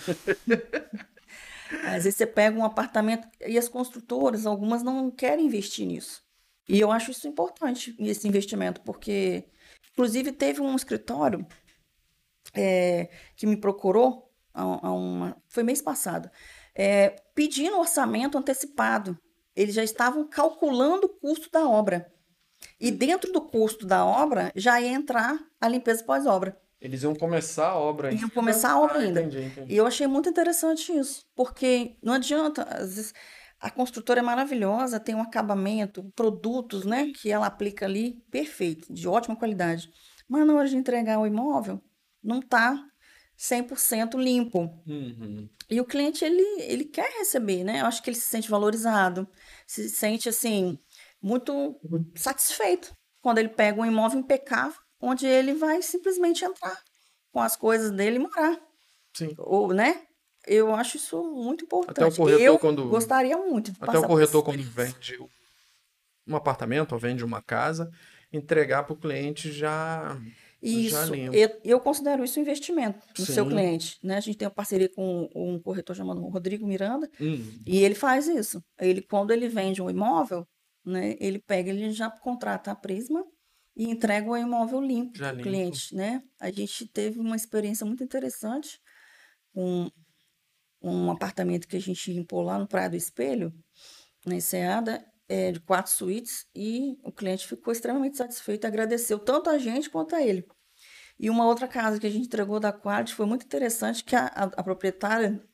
[SPEAKER 2] Às vezes você pega um apartamento e as construtoras, algumas não querem investir nisso. E eu acho isso importante, esse investimento, porque, inclusive, teve um escritório que me procurou, foi mês passado, pedindo orçamento antecipado. Eles já estavam calculando o custo da obra. E dentro do custo da obra já ia entrar a limpeza pós-obra.
[SPEAKER 1] Eles iam começar a obra
[SPEAKER 2] Iam
[SPEAKER 1] ainda?
[SPEAKER 2] começar a obra
[SPEAKER 1] Ah,
[SPEAKER 2] ainda.
[SPEAKER 1] entendi,
[SPEAKER 2] E
[SPEAKER 1] entendi.
[SPEAKER 2] eu achei muito interessante isso, porque não adianta, às vezes, a construtora é maravilhosa, tem um acabamento, produtos, né, que ela aplica ali, perfeito, de ótima qualidade. Mas na hora de entregar o imóvel, não está 100% limpo.
[SPEAKER 1] Uhum.
[SPEAKER 2] E o cliente, ele quer receber, né? Eu acho que ele se sente valorizado, se sente, assim, muito satisfeito quando ele pega um imóvel impecável, onde ele vai simplesmente entrar com as coisas dele e morar.
[SPEAKER 1] Sim.
[SPEAKER 2] Ou, né? Eu acho isso muito
[SPEAKER 1] Até o
[SPEAKER 2] importante.
[SPEAKER 1] corretor
[SPEAKER 2] Eu
[SPEAKER 1] quando,
[SPEAKER 2] gostaria muito de
[SPEAKER 1] até o
[SPEAKER 2] passar por essa
[SPEAKER 1] corretor quando
[SPEAKER 2] experiência.
[SPEAKER 1] vende um apartamento ou vende uma casa, entregar para o cliente já
[SPEAKER 2] Isso,
[SPEAKER 1] limpo.
[SPEAKER 2] eu considero isso um investimento no seu
[SPEAKER 1] Sim.
[SPEAKER 2] cliente, né? A gente tem uma parceria com um corretor chamado Rodrigo Miranda,
[SPEAKER 1] Hum,
[SPEAKER 2] e ele faz isso. Quando ele vende um imóvel, né? Ele já contrata a Prisma e entrega o imóvel limpo
[SPEAKER 1] já
[SPEAKER 2] para o
[SPEAKER 1] limpo.
[SPEAKER 2] cliente, né? A gente teve uma experiência muito interessante com um apartamento que a gente limpou lá no Praia do Espelho, na Enseada, de 4 suítes, e o cliente ficou extremamente satisfeito, agradeceu tanto a gente quanto a ele. E uma outra casa que a gente entregou da Quality foi muito interessante, que a proprietária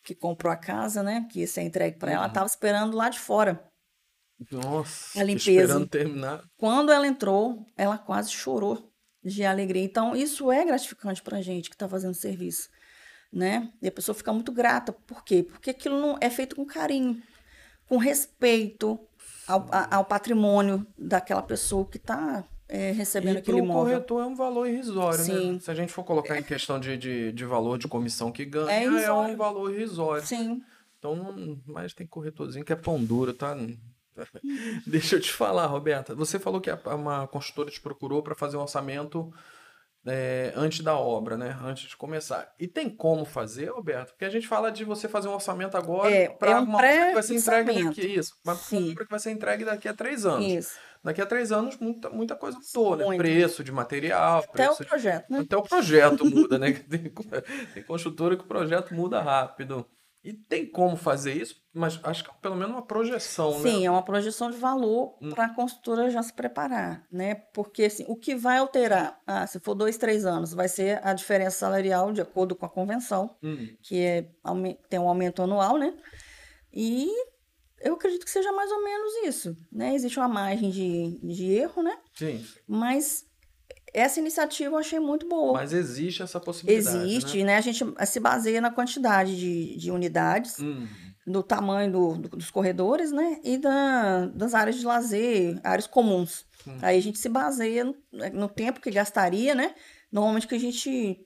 [SPEAKER 2] que comprou a casa, né? Que ia ser entregue para ela,
[SPEAKER 1] Uhum.
[SPEAKER 2] estava esperando lá de fora
[SPEAKER 1] Nossa,
[SPEAKER 2] a limpeza.
[SPEAKER 1] esperando terminar.
[SPEAKER 2] Quando ela entrou, ela quase chorou de alegria. Então, isso é gratificante para a gente que está fazendo serviço, né? E a pessoa fica muito grata. Por quê? Porque aquilo não é feito com carinho, com respeito ao patrimônio daquela pessoa que está recebendo
[SPEAKER 1] E para
[SPEAKER 2] aquele
[SPEAKER 1] o
[SPEAKER 2] imóvel.
[SPEAKER 1] corretor é um valor irrisório, né?
[SPEAKER 2] Sim,
[SPEAKER 1] Se a gente for colocar em questão de valor de comissão que
[SPEAKER 2] é
[SPEAKER 1] ganha, é um
[SPEAKER 2] irrisório.
[SPEAKER 1] valor irrisório.
[SPEAKER 2] Sim.
[SPEAKER 1] Então, mas tem corretorzinho que é pão duro, tá? Deixa eu te falar, Roberta. Você falou que uma consultora te procurou para fazer um orçamento antes da obra, né? Antes de começar. E tem como fazer, Roberto? Porque a gente fala de você fazer um orçamento agora
[SPEAKER 2] É
[SPEAKER 1] para
[SPEAKER 2] um
[SPEAKER 1] uma obra que vai ser entregue daqui,
[SPEAKER 2] pré-orçamento.
[SPEAKER 1] isso, uma
[SPEAKER 2] Sim,
[SPEAKER 1] obra que vai ser entregue daqui a 3 anos.
[SPEAKER 2] isso.
[SPEAKER 1] Daqui a 3 anos, muita coisa mudou, né?
[SPEAKER 2] Muito.
[SPEAKER 1] Preço de material,
[SPEAKER 2] Até o
[SPEAKER 1] preço de...
[SPEAKER 2] projeto, né?
[SPEAKER 1] Até o projeto muda, né? Tem construtora que o projeto muda rápido. E tem como fazer isso, mas acho que é pelo menos uma projeção, né?
[SPEAKER 2] Sim, é uma projeção de valor para a construtora já se preparar, né? Porque assim, o que vai alterar, se for 2, 3 anos, vai ser a diferença salarial de acordo com a convenção,
[SPEAKER 1] Hum,
[SPEAKER 2] que tem um aumento anual, né? E eu acredito que seja mais ou menos isso, né? Existe uma margem de erro, né?
[SPEAKER 1] sim.
[SPEAKER 2] Mas essa iniciativa eu achei muito boa.
[SPEAKER 1] Mas existe essa possibilidade, né?
[SPEAKER 2] Existe, né? A gente se baseia na quantidade de unidades,
[SPEAKER 1] Hum.
[SPEAKER 2] do tamanho dos corredores, né? E das áreas de lazer, áreas comuns. Aí a gente se baseia no tempo que gastaria, né? Normalmente que a gente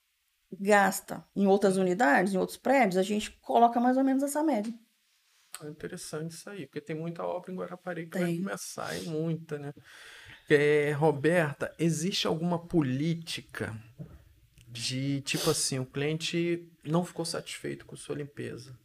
[SPEAKER 2] gasta em outras unidades, em outros prédios, a gente coloca mais ou menos essa média.
[SPEAKER 1] É interessante isso aí, porque tem muita obra em Guarapari que vai
[SPEAKER 2] Tem.
[SPEAKER 1] começar, e muita, né? Roberta, existe alguma política de tipo assim, o cliente não ficou satisfeito com sua limpeza?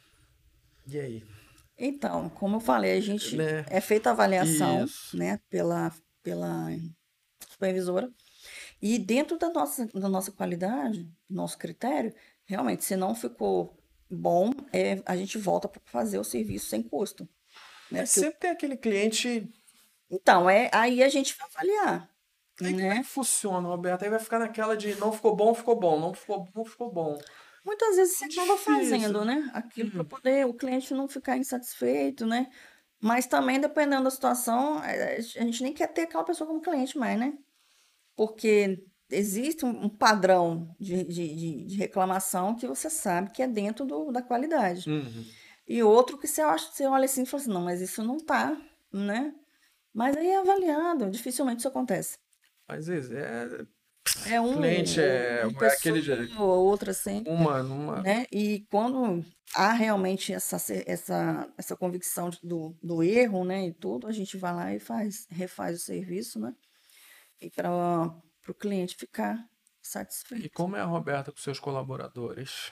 [SPEAKER 1] E aí?
[SPEAKER 2] Então, como eu falei, a gente
[SPEAKER 1] Né?
[SPEAKER 2] é feita a avaliação,
[SPEAKER 1] Isso.
[SPEAKER 2] né, pela supervisora. E dentro da nossa qualidade, nosso critério, realmente, se não ficou bom, a gente volta para fazer o serviço sem custo, né?
[SPEAKER 1] Mas sempre tem aquele cliente.
[SPEAKER 2] Então, aí a gente vai avaliar,
[SPEAKER 1] Aí como é que
[SPEAKER 2] né?
[SPEAKER 1] funciona, Roberta? Aí vai ficar naquela de não ficou bom, ficou bom, não ficou bom, ficou bom.
[SPEAKER 2] Muitas vezes você
[SPEAKER 1] É
[SPEAKER 2] acaba
[SPEAKER 1] difícil.
[SPEAKER 2] fazendo, né? Aquilo para poder o cliente não ficar insatisfeito, né? Mas também, dependendo da situação, a gente nem quer ter aquela pessoa como cliente mais, né? Porque existe um padrão de reclamação que você sabe que é dentro da qualidade.
[SPEAKER 1] Uhum.
[SPEAKER 2] E outro que você olha assim e fala assim, não, mas isso não tá, né? Mas aí é avaliado, dificilmente isso acontece.
[SPEAKER 1] Às vezes é.
[SPEAKER 2] É
[SPEAKER 1] Cliente
[SPEAKER 2] uma
[SPEAKER 1] é
[SPEAKER 2] pessoa
[SPEAKER 1] aquele jeito.
[SPEAKER 2] ou outra assim,
[SPEAKER 1] Numa.
[SPEAKER 2] né? E quando há realmente essa convicção do erro, né, e tudo, a gente vai lá e refaz o serviço, né? E para o cliente ficar
[SPEAKER 1] E
[SPEAKER 2] satisfeito.
[SPEAKER 1] como é a Roberta com seus colaboradores?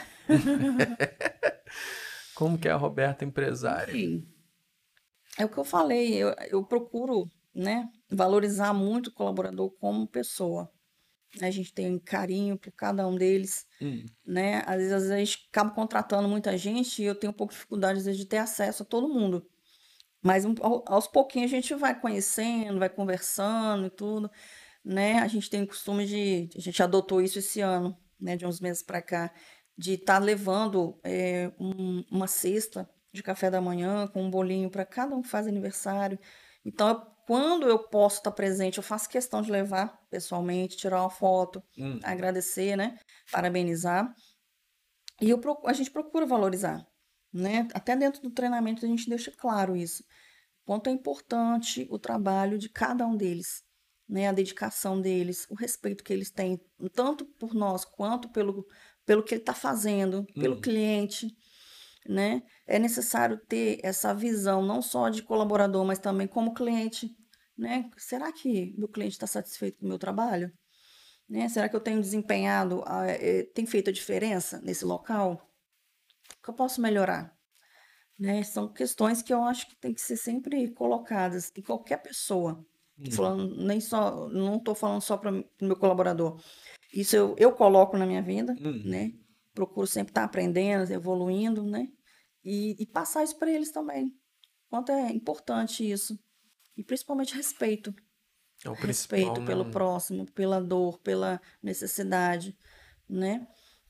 [SPEAKER 1] Como que é a Roberta empresária?
[SPEAKER 2] Sim, é o que eu falei, eu procuro, né, valorizar muito o colaborador como pessoa. A gente tem carinho por cada um deles,
[SPEAKER 1] Hum.
[SPEAKER 2] né? Às vezes a gente acaba contratando muita gente e eu tenho um pouco de dificuldade, às vezes, de ter acesso a todo mundo. Mas aos pouquinhos a gente vai conhecendo, vai conversando e tudo, né? A gente tem o costume a gente adotou isso esse ano, né? De uns meses para cá, de estar levando uma cesta de café da manhã com um bolinho para cada um que faz aniversário. Então, quando eu posso estar presente, eu faço questão de levar pessoalmente, tirar uma foto,
[SPEAKER 1] Hum.
[SPEAKER 2] agradecer, né? Parabenizar. E a gente procura valorizar, né? Até dentro do treinamento a gente deixa claro isso. Quanto é importante o trabalho de cada um deles, né? A dedicação deles, o respeito que eles têm, tanto por nós quanto pelo que ele está fazendo, pelo
[SPEAKER 1] Hum.
[SPEAKER 2] cliente, né? É necessário ter essa visão, não só de colaborador, mas também como cliente, né? Será que meu cliente está satisfeito com o meu trabalho? Né? Será que eu tenho desempenhado, tem feito a diferença nesse local? O que eu posso melhorar? Né? São questões que eu acho que tem que ser sempre colocadas em qualquer pessoa. Tô
[SPEAKER 1] Hum.
[SPEAKER 2] falando, nem só, não estou falando só para o meu colaborador. Isso eu coloco na minha vida,
[SPEAKER 1] Hum.
[SPEAKER 2] né? Procuro sempre estar aprendendo, evoluindo, né? E passar isso para eles também. Quanto é importante isso. E principalmente respeito.
[SPEAKER 1] É o principal,
[SPEAKER 2] Respeito
[SPEAKER 1] né?
[SPEAKER 2] pelo próximo, pela dor, pela necessidade, né?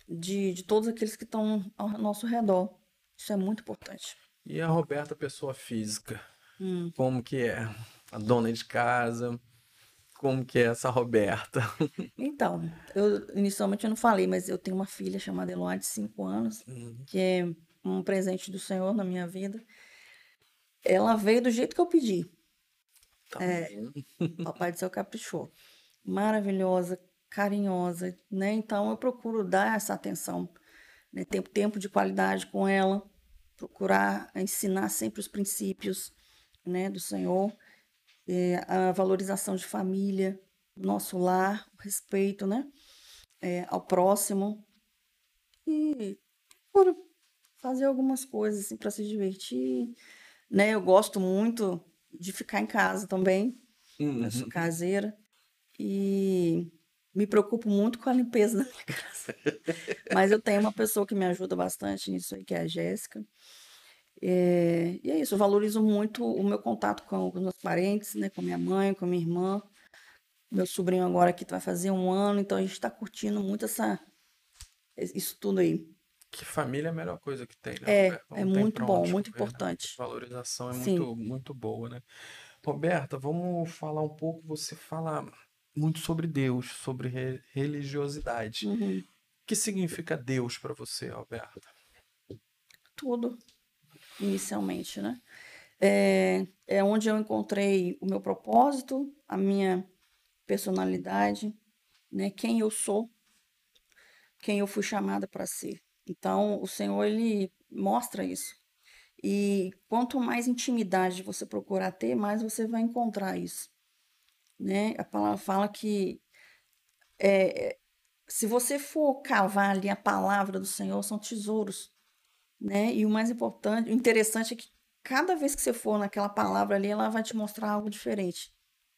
[SPEAKER 2] de todos aqueles que estão ao nosso redor. Isso é muito importante.
[SPEAKER 1] E a Roberta, pessoa física,
[SPEAKER 2] Hum.
[SPEAKER 1] como que é? A dona de casa, como que é essa Roberta?
[SPEAKER 2] Então, eu inicialmente eu não falei, mas eu tenho uma filha chamada Eloá, de 5 anos, que é um presente do Senhor na minha vida. Ela veio do jeito que eu pedi.
[SPEAKER 1] Tá bom.
[SPEAKER 2] Papai do Céu caprichou. Maravilhosa, carinhosa, né? Então eu procuro dar essa atenção, né? Tempo de qualidade com ela, procurar ensinar sempre os princípios, né, do Senhor, a valorização de família, nosso lar, o respeito, né, ao próximo e por fazer algumas coisas assim para se divertir, né? Eu gosto muito de ficar em casa também. Eu sou
[SPEAKER 1] Uhum.
[SPEAKER 2] caseira e me preocupo muito com a limpeza da minha casa. Mas eu tenho uma pessoa que me ajuda bastante nisso aí, que é a Jéssica. E é isso, eu valorizo muito o meu contato com os meus parentes, né? Com minha mãe, com minha irmã. Meu sobrinho agora aqui vai fazer 1 ano, então a gente está curtindo muito isso tudo aí.
[SPEAKER 1] Que família é a melhor coisa que tem, né,
[SPEAKER 2] É,
[SPEAKER 1] Roberta?
[SPEAKER 2] é
[SPEAKER 1] Não tem
[SPEAKER 2] muito
[SPEAKER 1] pra
[SPEAKER 2] bom,
[SPEAKER 1] onde
[SPEAKER 2] muito
[SPEAKER 1] correr, né?
[SPEAKER 2] importante.
[SPEAKER 1] Valorização é
[SPEAKER 2] Sim.
[SPEAKER 1] muito, muito boa, né? Roberta, vamos falar um pouco. Você fala muito sobre Deus, sobre religiosidade.
[SPEAKER 2] Uhum.
[SPEAKER 1] O que significa Deus para você, Roberta?
[SPEAKER 2] Tudo, inicialmente, né? É onde eu encontrei o meu propósito, a minha personalidade, né? Quem eu sou, quem eu fui chamada para ser. Então, o Senhor, ele mostra isso. E quanto mais intimidade você procurar ter, mais você vai encontrar isso, né? A palavra fala que se você for cavar ali a palavra do Senhor, são tesouros, né? E o mais importante, o interessante é que cada vez que você for naquela palavra ali, ela vai te mostrar algo diferente.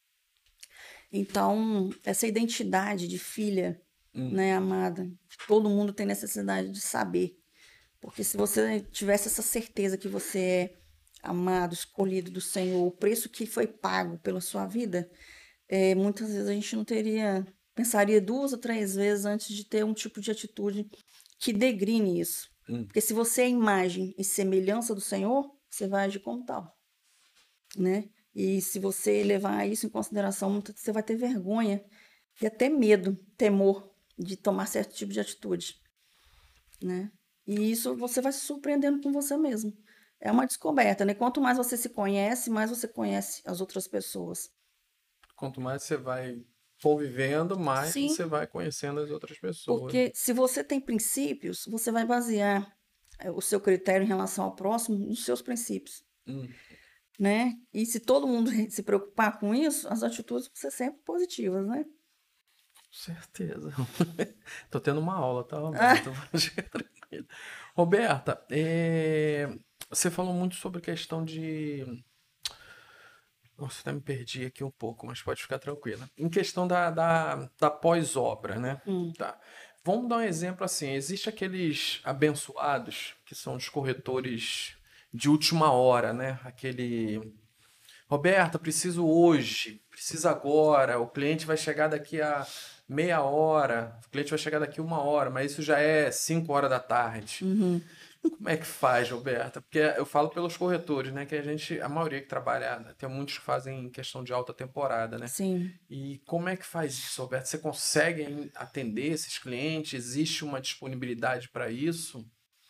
[SPEAKER 2] Então, essa identidade de filha,
[SPEAKER 1] Hum,
[SPEAKER 2] né, amada, que todo mundo tem necessidade de saber. Porque se você tivesse essa certeza que você é amado, escolhido do Senhor, o preço que foi pago pela sua vida, muitas vezes a gente não teria, pensaria 2 ou 3 vezes antes de ter um tipo de atitude que degrine isso.
[SPEAKER 1] hum.
[SPEAKER 2] Porque se você é imagem e semelhança do Senhor, você vai agir como tal, né? E se você levar isso em consideração, você vai ter vergonha e até medo, temor de tomar certo tipo de atitude, né? E isso você vai se surpreendendo com você mesmo. É uma descoberta, né? Quanto mais você se conhece, mais você conhece as outras pessoas.
[SPEAKER 1] Quanto mais você vai convivendo, mais
[SPEAKER 2] Sim,
[SPEAKER 1] você vai conhecendo as outras pessoas.
[SPEAKER 2] porque se você tem princípios, você vai basear o seu critério em relação ao próximo nos seus princípios,
[SPEAKER 1] Hum,
[SPEAKER 2] né? E se todo mundo se preocupar com isso, as atitudes vão ser sempre positivas, né?
[SPEAKER 1] certeza. Tô tendo uma aula, tá,
[SPEAKER 2] Ah,
[SPEAKER 1] Roberta? Fica tranquilo. Roberta, você falou muito sobre questão de. Nossa, até me perdi aqui um pouco, mas pode ficar tranquila. Em questão da pós-obra, né?
[SPEAKER 2] hum,
[SPEAKER 1] Tá. Vamos dar um exemplo assim. Existe aqueles abençoados, que são os corretores de última hora, né? Aquele. Roberta, preciso hoje, precisa agora. O cliente vai chegar daqui a meia hora, o cliente vai chegar daqui 1 hora, mas isso já é 5 horas da tarde.
[SPEAKER 2] uhum,
[SPEAKER 1] Como é que faz, Roberta? Porque eu falo pelos corretores, né? Que a maioria que trabalha, tem muitos que fazem questão de alta temporada, né?
[SPEAKER 2] sim.
[SPEAKER 1] E como é que faz isso, Roberta? Você consegue atender esses clientes? Existe uma disponibilidade para isso?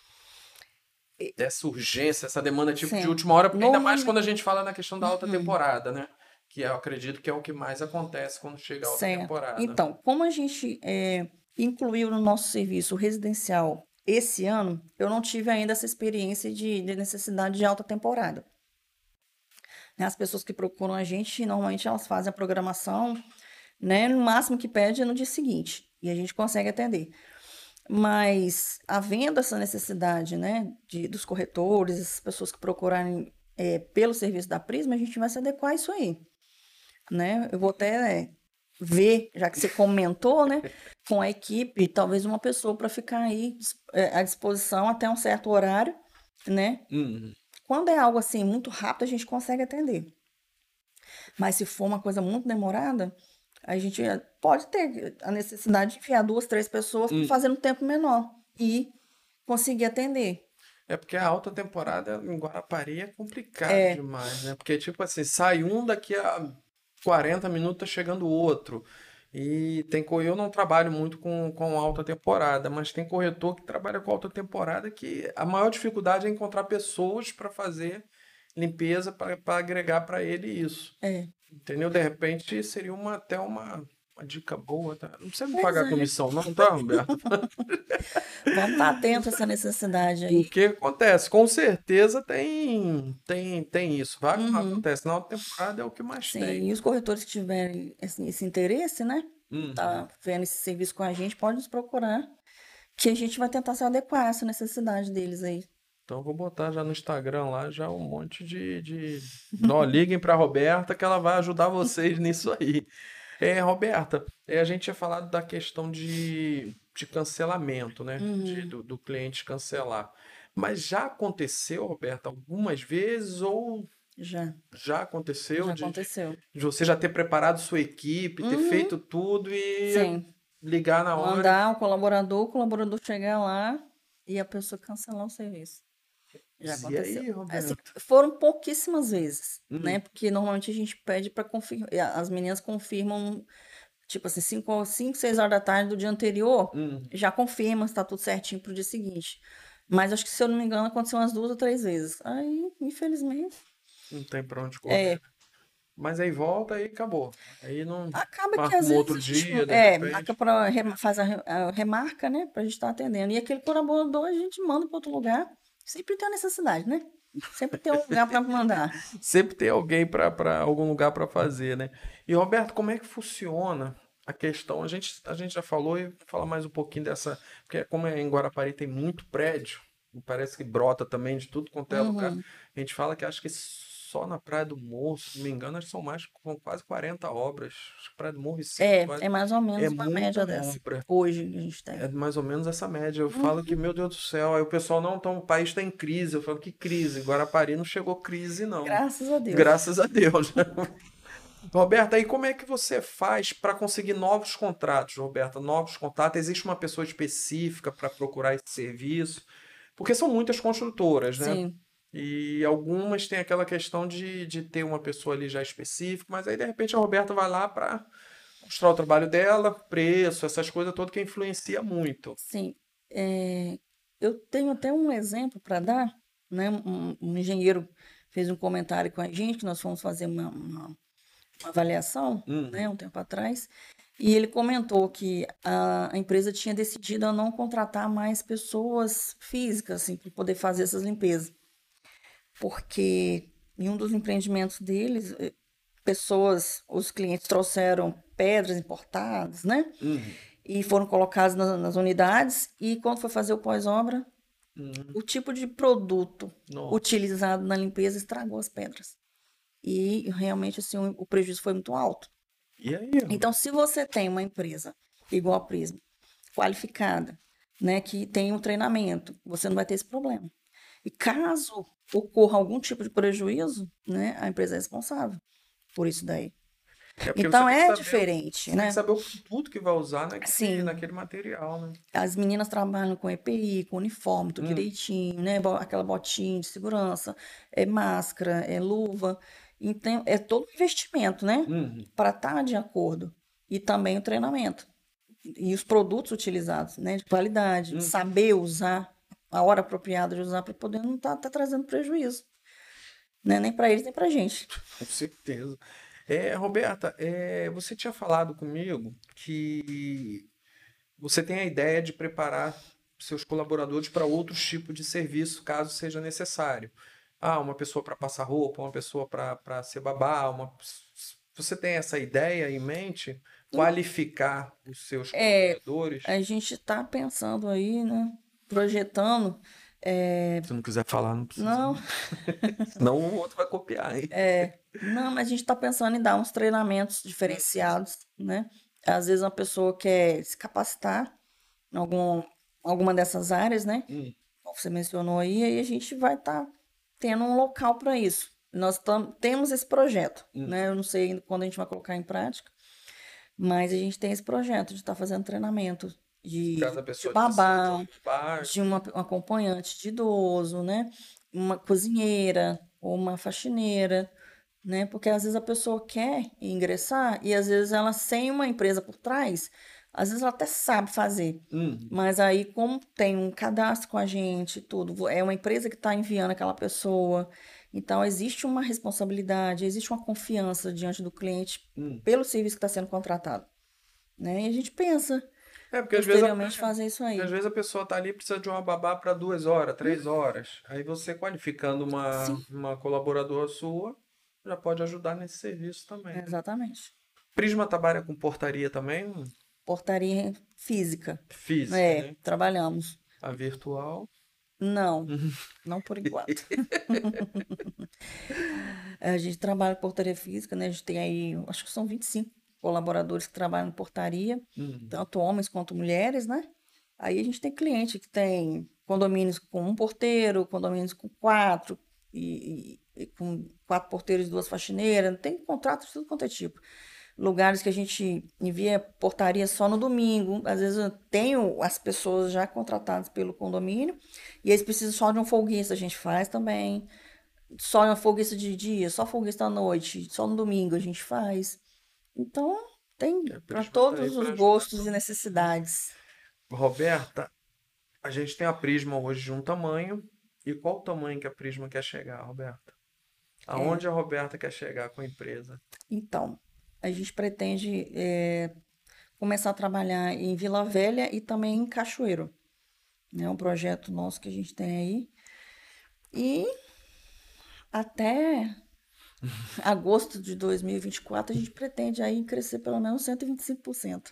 [SPEAKER 1] Dessa urgência, essa demanda tipo de
[SPEAKER 2] Sim.
[SPEAKER 1] última hora, ainda mais quando
[SPEAKER 2] Normalmente,
[SPEAKER 1] a gente fala na questão da alta temporada, né? Que eu acredito que é o que mais acontece quando chega a alta
[SPEAKER 2] certo.
[SPEAKER 1] temporada.
[SPEAKER 2] Então, como a gente incluiu no nosso serviço residencial esse ano, eu não tive ainda essa experiência de necessidade de alta temporada, né? As pessoas que procuram a gente, normalmente elas fazem a programação, né? No máximo que pede é no dia seguinte, e a gente consegue atender. Mas havendo essa necessidade, né, dos corretores, essas pessoas que procurarem pelo serviço da Prisma, a gente vai se adequar a isso aí, né? Eu vou até ver, já que você comentou, né, com a equipe, talvez uma pessoa para ficar aí à disposição até um certo horário, né?
[SPEAKER 1] Hum,
[SPEAKER 2] Quando é algo assim muito rápido, a gente consegue atender. Mas se for uma coisa muito demorada, A gente pode ter a necessidade de enfiar 2, 3 pessoas para fazer um tempo menor e conseguir atender.
[SPEAKER 1] É porque a alta temporada em Guarapari é complicado
[SPEAKER 2] É,
[SPEAKER 1] demais, né? Porque, tipo assim, sai um, daqui a 40 minutos tá chegando o outro. E eu não trabalho muito com alta temporada, mas tem corretor que trabalha com alta temporada que a maior dificuldade é encontrar pessoas para fazer limpeza para agregar para ele isso.
[SPEAKER 2] é.
[SPEAKER 1] Entendeu? De repente seria até uma dica boa, tá? Não precisa me
[SPEAKER 2] Pois
[SPEAKER 1] pagar
[SPEAKER 2] é.
[SPEAKER 1] comissão, não, tá, Roberto?
[SPEAKER 2] Vamos estar atentos a essa necessidade
[SPEAKER 1] O
[SPEAKER 2] aí.
[SPEAKER 1] que acontece? Com certeza tem isso. Vai,
[SPEAKER 2] Uhum.
[SPEAKER 1] acontece. Na alta temporada é o que mais
[SPEAKER 2] Sim,
[SPEAKER 1] tem.
[SPEAKER 2] e os corretores que tiverem esse interesse, né?
[SPEAKER 1] Uhum.
[SPEAKER 2] Tá vendo esse serviço com a gente, pode nos procurar, que a gente vai tentar se adequar a essa necessidade deles aí.
[SPEAKER 1] Então vou botar já no Instagram lá já um monte Não, liguem para Roberta que ela vai ajudar vocês nisso aí. Roberta, a gente tinha falado da questão de cancelamento, né?
[SPEAKER 2] Uhum.
[SPEAKER 1] Do cliente cancelar. Mas já aconteceu, Roberta, algumas vezes ou
[SPEAKER 2] Já,
[SPEAKER 1] já aconteceu
[SPEAKER 2] já
[SPEAKER 1] de
[SPEAKER 2] aconteceu.
[SPEAKER 1] você já ter preparado sua equipe, ter
[SPEAKER 2] Uhum.
[SPEAKER 1] feito tudo e
[SPEAKER 2] Sim.
[SPEAKER 1] ligar na hora?
[SPEAKER 2] Mandar o colaborador chegar lá e a pessoa cancelar o serviço. Já
[SPEAKER 1] E
[SPEAKER 2] aconteceu.
[SPEAKER 1] aí,
[SPEAKER 2] Assim,
[SPEAKER 1] Roberta?
[SPEAKER 2] foram pouquíssimas vezes,
[SPEAKER 1] Hum,
[SPEAKER 2] né? Porque normalmente a gente pede para confirmar. As meninas confirmam, tipo assim, 6 horas da tarde do dia anterior,
[SPEAKER 1] hum,
[SPEAKER 2] já confirma se tá tudo certinho pro dia seguinte. Mas acho que, se eu não me engano, aconteceu umas 2 ou 3 vezes. Aí, infelizmente,
[SPEAKER 1] não tem pra onde correr.
[SPEAKER 2] é.
[SPEAKER 1] Mas aí volta e acabou. Aí não
[SPEAKER 2] Acaba que
[SPEAKER 1] marca
[SPEAKER 2] às
[SPEAKER 1] um
[SPEAKER 2] vezes
[SPEAKER 1] outro
[SPEAKER 2] a gente
[SPEAKER 1] dia, de repente.
[SPEAKER 2] marca faz a remarca, né, pra gente estar atendendo. E aquele colaborador a gente manda para outro lugar. Sempre tem a necessidade, né? Sempre tem um lugar para mandar.
[SPEAKER 1] Sempre tem alguém para algum lugar para fazer, né? E Roberto, como é que funciona a questão? A gente já falou e vou falar mais um pouquinho dessa, porque como em Guarapari tem muito prédio, e parece que brota também de tudo quanto é lugar.
[SPEAKER 2] Uhum.
[SPEAKER 1] A gente fala que acho que só na Praia do Morro, se não me engano, acho que são quase 40 obras. Acho que Praia do Morro e Sítio quase.
[SPEAKER 2] É mais ou
[SPEAKER 1] É
[SPEAKER 2] menos uma
[SPEAKER 1] muita
[SPEAKER 2] média dessa.
[SPEAKER 1] obra.
[SPEAKER 2] Hoje que a gente
[SPEAKER 1] É
[SPEAKER 2] tem.
[SPEAKER 1] mais ou menos essa média. Eu falo que,
[SPEAKER 2] Uhum.
[SPEAKER 1] meu Deus do céu, aí o pessoal, não, então o país está em crise. Eu falo, que crise? Guarapari não chegou crise, não.
[SPEAKER 2] Graças a Deus.
[SPEAKER 1] Graças a Deus. Roberta, aí como é que você faz para conseguir novos contratos, Roberta? Novos contratos? Existe uma pessoa específica para procurar esse serviço? Porque são muitas construtoras, né?
[SPEAKER 2] Sim.
[SPEAKER 1] E algumas têm aquela questão de ter uma pessoa ali já específica, mas aí de repente a Roberta vai lá para mostrar o trabalho dela, preço, essas coisas todas que influencia muito.
[SPEAKER 2] Sim. Eu tenho até um exemplo para dar, né? Um engenheiro fez um comentário com a gente, que nós fomos fazer uma avaliação,
[SPEAKER 1] Uhum.
[SPEAKER 2] né, um tempo atrás, e ele comentou que a empresa tinha decidido a não contratar mais pessoas físicas, assim, para poder fazer essas limpezas, porque em um dos empreendimentos deles, os clientes trouxeram pedras importadas, né,
[SPEAKER 1] Uhum.
[SPEAKER 2] e foram colocadas nas unidades, e quando foi fazer o pós-obra,
[SPEAKER 1] Uhum.
[SPEAKER 2] o tipo de produto
[SPEAKER 1] Nossa.
[SPEAKER 2] utilizado na limpeza estragou as pedras. E realmente assim, o prejuízo foi muito alto.
[SPEAKER 1] E aí,
[SPEAKER 2] Então,
[SPEAKER 1] Roberto?
[SPEAKER 2] se você tem uma empresa igual a Prisma, qualificada, né, que tem um treinamento, você não vai ter esse problema. E caso ocorra algum tipo de prejuízo, né, a empresa é responsável por isso daí.
[SPEAKER 1] É porque você
[SPEAKER 2] Então
[SPEAKER 1] tem que
[SPEAKER 2] é
[SPEAKER 1] saber,
[SPEAKER 2] diferente,
[SPEAKER 1] você tem que
[SPEAKER 2] né?
[SPEAKER 1] saber o produto que vai usar
[SPEAKER 2] Sim,
[SPEAKER 1] naquele material, né?
[SPEAKER 2] as meninas trabalham com EPI, com uniforme, tudo
[SPEAKER 1] Hum,
[SPEAKER 2] direitinho, né? Aquela botinha de segurança, é máscara, é luva. Então, é todo um investimento, né?
[SPEAKER 1] uhum,
[SPEAKER 2] Para estar de acordo. E também o treinamento. E os produtos utilizados, né? De qualidade,
[SPEAKER 1] hum,
[SPEAKER 2] saber usar, a hora apropriada de usar para poder não estar trazendo prejuízo, né? Nem para eles, nem para a gente.
[SPEAKER 1] com certeza. Roberta, você tinha falado comigo que você tem a ideia de preparar seus colaboradores para outros tipos de serviço, caso seja necessário. Ah, uma pessoa para passar roupa, uma pessoa para ser babá, você tem essa ideia em mente? Qualificar os seus
[SPEAKER 2] É,
[SPEAKER 1] colaboradores?
[SPEAKER 2] a gente está pensando aí, né? Projetando. é,
[SPEAKER 1] Se não quiser falar, não precisa.
[SPEAKER 2] não,
[SPEAKER 1] Senão o outro vai copiar, hein?
[SPEAKER 2] não, mas a gente está pensando em dar uns treinamentos diferenciados, né? Às vezes uma pessoa quer se capacitar em alguma dessas áreas, né?
[SPEAKER 1] Hum,
[SPEAKER 2] Como você mencionou aí a gente vai estar tendo um local para isso. Nós temos esse projeto,
[SPEAKER 1] hum.
[SPEAKER 2] né? Eu não sei ainda quando a gente vai colocar em prática, Mas a gente tem esse projeto de estar fazendo treinamento
[SPEAKER 1] Caso a
[SPEAKER 2] de
[SPEAKER 1] pessoa
[SPEAKER 2] babá,
[SPEAKER 1] necessite babá.
[SPEAKER 2] de um acompanhante de idoso, né? Uma cozinheira ou uma faxineira, né? Porque às vezes a pessoa quer ingressar e às vezes ela sem uma empresa por trás, às vezes ela até sabe fazer. Mas aí, como tem um cadastro com a gente, tudo, é uma empresa que está enviando aquela pessoa, então existe uma responsabilidade, existe uma confiança diante do cliente pelo serviço que está sendo contratado, né? E a gente pensa
[SPEAKER 1] Porque
[SPEAKER 2] posteriormente fazer isso
[SPEAKER 1] porque às
[SPEAKER 2] aí.
[SPEAKER 1] vezes a pessoa tá ali e precisa de uma babá para 2 horas, 3 horas. Aí você qualificando
[SPEAKER 2] Sim,
[SPEAKER 1] uma colaboradora sua, já pode ajudar nesse serviço também, né?
[SPEAKER 2] exatamente.
[SPEAKER 1] Prisma trabalha com portaria também,
[SPEAKER 2] Portaria física,
[SPEAKER 1] física,
[SPEAKER 2] né?
[SPEAKER 1] né?
[SPEAKER 2] Trabalhamos.
[SPEAKER 1] A virtual.
[SPEAKER 2] Não, não por enquanto. A gente trabalha em portaria física, né? A gente tem aí, acho que são 25 colaboradores que trabalham em portaria, tanto homens quanto mulheres, né? Aí a gente tem cliente que tem condomínios com um porteiro, condomínios com quatro, e com 4 porteiros e 2 faxineiras. Tem contrato de tudo quanto é tipo. Lugares que a gente envia portaria só no domingo. Às vezes eu tenho as pessoas já contratadas pelo condomínio e eles precisam só de um folguista, a gente faz também. Só uma folguista de dia, só folguista à noite, só no domingo a gente faz. Então, tem
[SPEAKER 1] A
[SPEAKER 2] para
[SPEAKER 1] Prisma tá aí
[SPEAKER 2] todos os
[SPEAKER 1] para ajudar
[SPEAKER 2] gostos e
[SPEAKER 1] todo mundo.
[SPEAKER 2] necessidades.
[SPEAKER 1] Roberta, a gente tem a Prisma hoje de um tamanho. E qual o tamanho que a Prisma quer chegar, Roberta?
[SPEAKER 2] É,
[SPEAKER 1] Aonde a Roberta quer chegar com a empresa?
[SPEAKER 2] então, a gente pretende começar a trabalhar em Vila Velha e também em Cachoeiro. É um projeto nosso que a gente tem aí. E até agosto de 2024 a gente pretende aí crescer pelo menos 125%.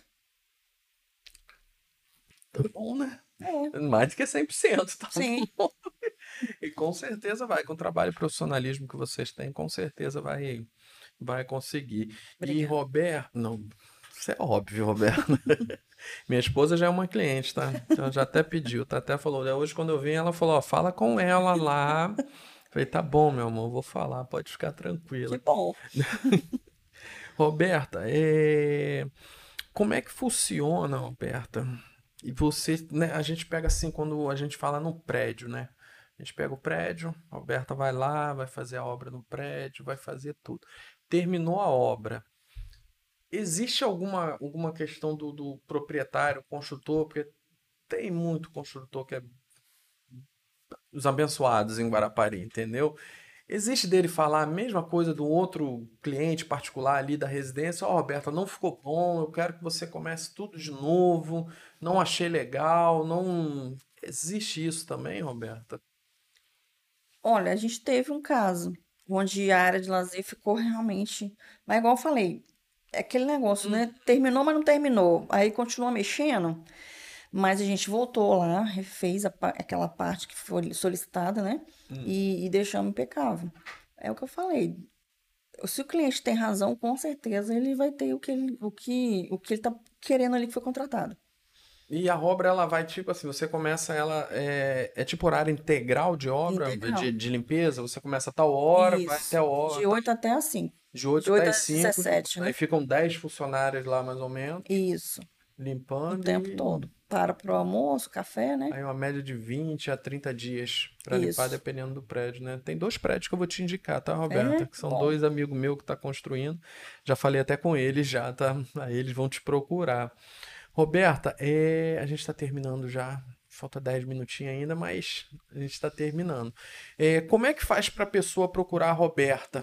[SPEAKER 1] Tá bom, né?
[SPEAKER 2] É,
[SPEAKER 1] Mais do que 100%, tá
[SPEAKER 2] sim.
[SPEAKER 1] bom. E com certeza vai, com o trabalho e profissionalismo que vocês têm, com certeza vai conseguir. E
[SPEAKER 2] Obrigada.
[SPEAKER 1] Roberto, não, isso é óbvio, Roberto. Minha esposa já é uma cliente, tá? Então já até pediu, tá? Até falou, né? Hoje quando eu vim, ela falou, ó, fala com ela lá. Falei, tá bom, meu amor, vou falar, pode ficar
[SPEAKER 2] Que
[SPEAKER 1] tranquila.
[SPEAKER 2] bom.
[SPEAKER 1] Roberta, como é que funciona, Roberta? E você, né, a gente pega assim quando a gente fala no prédio, né? A gente pega o prédio, a Roberta vai lá, vai fazer a obra no prédio, vai fazer tudo. Terminou a obra. Existe alguma questão do proprietário, construtor? Porque tem muito construtor que é os abençoados em Guarapari, entendeu? Existe dele falar a mesma coisa do outro cliente particular ali da residência? Ó, Roberta, não ficou bom, eu quero que você comece tudo de novo, não achei legal, não. Existe isso também, Roberta?
[SPEAKER 2] Olha, a gente teve um caso onde a área de lazer ficou realmente. Mas, igual eu falei, é aquele negócio, né? Terminou, mas não terminou. Aí continua mexendo, mas a gente voltou lá, refez aquela parte que foi solicitada, né? E deixamos impecável. É o que eu falei. Se o cliente tem razão, com certeza ele vai ter o que ele tá querendo ali que foi contratado.
[SPEAKER 1] E a obra, ela vai tipo assim, você começa ela, é tipo horário integral de obra,
[SPEAKER 2] Integral.
[SPEAKER 1] de limpeza, você começa a tal hora, vai até
[SPEAKER 2] Isso.
[SPEAKER 1] a hora,
[SPEAKER 2] De 8 até às 5.
[SPEAKER 1] de 8
[SPEAKER 2] De
[SPEAKER 1] até
[SPEAKER 2] 8
[SPEAKER 1] as
[SPEAKER 2] às
[SPEAKER 1] 5,
[SPEAKER 2] 17,
[SPEAKER 1] aí
[SPEAKER 2] né?
[SPEAKER 1] ficam 10 funcionários lá mais ou menos,
[SPEAKER 2] Isso. O
[SPEAKER 1] limpando
[SPEAKER 2] tempo
[SPEAKER 1] e
[SPEAKER 2] todo. Para pro almoço, café, né?
[SPEAKER 1] aí uma média de 20 a 30 dias para limpar,
[SPEAKER 2] Isso.
[SPEAKER 1] dependendo do prédio, né? Tem 2 prédios que eu vou te indicar, tá, Roberta?
[SPEAKER 2] É
[SPEAKER 1] Que são
[SPEAKER 2] bom.
[SPEAKER 1] 2 amigos meus que tá construindo. Já falei até com eles já, tá? Aí eles vão te procurar. Roberta, a gente está terminando já. Falta 10 minutinhos ainda, mas a gente está terminando. Como é que faz para a pessoa procurar a Roberta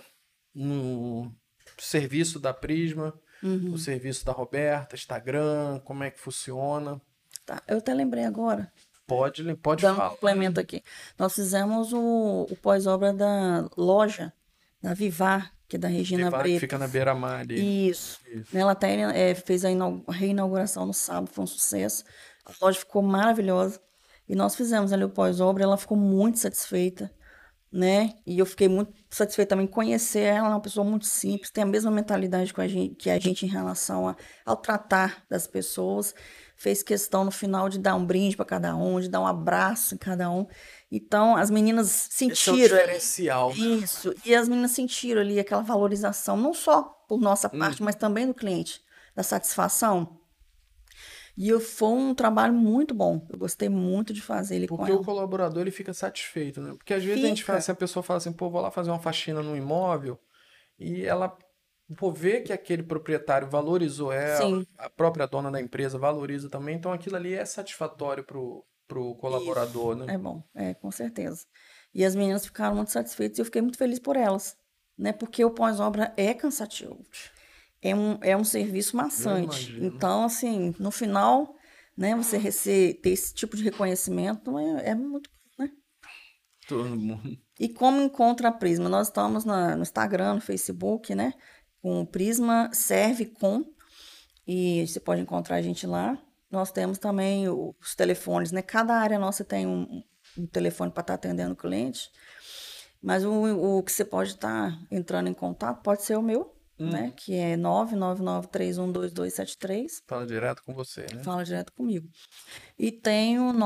[SPEAKER 1] no serviço da Prisma, o
[SPEAKER 2] Uhum.
[SPEAKER 1] serviço da Roberta, Instagram, como é que funciona?
[SPEAKER 2] Tá. Eu até lembrei agora,
[SPEAKER 1] Pode
[SPEAKER 2] dando um
[SPEAKER 1] falar
[SPEAKER 2] complemento
[SPEAKER 1] aí.
[SPEAKER 2] aqui. Nós fizemos o pós-obra da loja, da Vivar, que é da Regina
[SPEAKER 1] Vivar que fica na
[SPEAKER 2] Bretas.
[SPEAKER 1] beira-mar ali.
[SPEAKER 2] Isso.
[SPEAKER 1] Isso.
[SPEAKER 2] Ela até fez a reinauguração no sábado, foi um sucesso. A loja ficou maravilhosa. E nós fizemos ali o pós-obra, ela ficou muito satisfeita, né? E eu fiquei muito satisfeita também em conhecer ela, é uma pessoa muito simples, tem a mesma mentalidade que a gente em relação ao tratar das pessoas. Fez questão no final de dar um brinde para cada um, de dar um abraço em cada um. Então, as meninas
[SPEAKER 1] Esse é o
[SPEAKER 2] sentiram
[SPEAKER 1] diferencial, né?
[SPEAKER 2] isso, e as meninas sentiram ali aquela valorização, não só por nossa parte, mas também do cliente. da satisfação. E foi um trabalho muito bom. Eu gostei muito de fazer ele com
[SPEAKER 1] Porque
[SPEAKER 2] ela.
[SPEAKER 1] o colaborador, ele fica satisfeito, né? Porque às vezes a gente faz, se a pessoa fala assim, pô, vou lá fazer uma faxina no imóvel, e ela, pô, vê que aquele proprietário valorizou ela,
[SPEAKER 2] Sim,
[SPEAKER 1] a própria dona da empresa valoriza também, então aquilo ali é satisfatório pro colaborador, né?
[SPEAKER 2] é bom, com certeza. E as meninas ficaram muito satisfeitas e eu fiquei muito feliz por elas, né? Porque o pós-obra é cansativo. É um serviço
[SPEAKER 1] Eu
[SPEAKER 2] maçante.
[SPEAKER 1] imagino.
[SPEAKER 2] Então, assim, no final, né, você ter esse tipo de reconhecimento é muito bom, né?
[SPEAKER 1] Todo mundo.
[SPEAKER 2] E como encontra a Prisma? Nós estamos no Instagram, no Facebook, né? Com o Prisma Serve Com, e você pode encontrar a gente lá. Nós temos também os telefones, né? Cada área nossa tem um telefone para estar atendendo o cliente, mas o que você pode estar entrando em contato pode ser o meu, né? Que é 999312273.
[SPEAKER 1] Fala direto com você, né?
[SPEAKER 2] Fala direto comigo. E tem o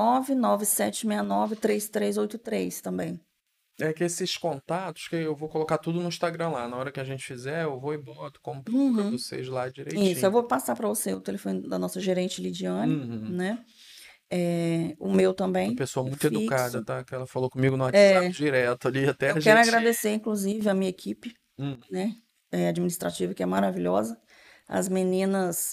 [SPEAKER 2] 997693383 também.
[SPEAKER 1] É que esses contatos, que eu vou colocar tudo no Instagram lá. Na hora que a gente fizer, eu vou e boto como procura vocês lá
[SPEAKER 2] Isso, eu
[SPEAKER 1] direitinho.
[SPEAKER 2] vou passar para você o telefone da nossa gerente Lidiane,
[SPEAKER 1] Uhum.
[SPEAKER 2] né? O meu
[SPEAKER 1] Uma
[SPEAKER 2] também,
[SPEAKER 1] pessoa
[SPEAKER 2] é
[SPEAKER 1] muito educada,
[SPEAKER 2] fixo.
[SPEAKER 1] tá? Que ela falou comigo no WhatsApp direto ali, até
[SPEAKER 2] Eu
[SPEAKER 1] a
[SPEAKER 2] quero
[SPEAKER 1] gente.
[SPEAKER 2] agradecer, inclusive, a minha equipe,
[SPEAKER 1] Hum.
[SPEAKER 2] né? Administrativa, que é maravilhosa. As meninas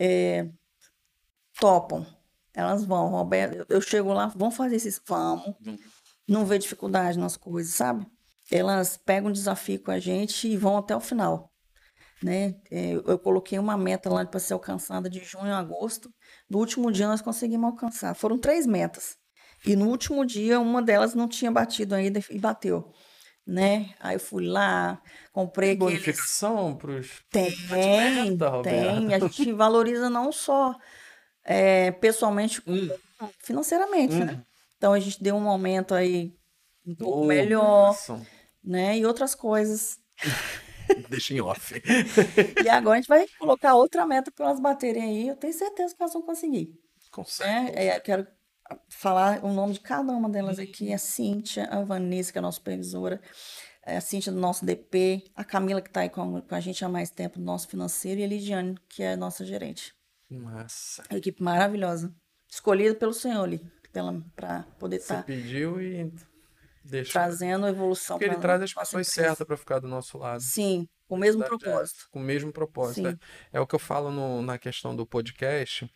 [SPEAKER 2] topam. Elas vão, Roberto. Eu chego lá, vamos fazer esses. Vamos. Não vê dificuldade nas coisas, sabe? Elas pegam um desafio com a gente e vão até o final, né? Eu coloquei uma meta lá para ser alcançada de junho a agosto. No último dia nós conseguimos alcançar. Foram 3 metas. E no último dia uma delas não tinha batido ainda e bateu, né? Aí eu fui lá, comprei
[SPEAKER 1] Tem
[SPEAKER 2] aqueles.
[SPEAKER 1] bonificação pros.
[SPEAKER 2] Tem,
[SPEAKER 1] Meta,
[SPEAKER 2] tem.
[SPEAKER 1] Roberta.
[SPEAKER 2] A gente valoriza não só pessoalmente, como financeiramente, né? Então a gente deu um aumento aí um pouco melhor,
[SPEAKER 1] Nossa.
[SPEAKER 2] né? E outras coisas.
[SPEAKER 1] Deixa em off.
[SPEAKER 2] E agora a gente vai colocar outra meta para elas baterem aí. Eu tenho certeza que elas vão conseguir.
[SPEAKER 1] Consegue.
[SPEAKER 2] Eu quero falar o nome de cada uma delas aqui. A Cíntia, a Vanessa, que é a nossa supervisora, a Cíntia do nosso DP, a Camila, que está aí com a gente há mais tempo, do nosso financeiro, e a Lidiane, que é a nossa gerente.
[SPEAKER 1] Massa.
[SPEAKER 2] A equipe maravilhosa. Escolhida pelo senhor ali, para poder
[SPEAKER 1] Você
[SPEAKER 2] estar
[SPEAKER 1] pediu e deixa.
[SPEAKER 2] trazendo evolução
[SPEAKER 1] Porque ele
[SPEAKER 2] para
[SPEAKER 1] traz as
[SPEAKER 2] nossa
[SPEAKER 1] pessoas
[SPEAKER 2] empresa.
[SPEAKER 1] certas para ficar do nosso lado.
[SPEAKER 2] Sim, com o mesmo
[SPEAKER 1] Verdade é essa,
[SPEAKER 2] propósito.
[SPEAKER 1] com o mesmo propósito.
[SPEAKER 2] Sim.
[SPEAKER 1] É o que eu falo na questão do podcast.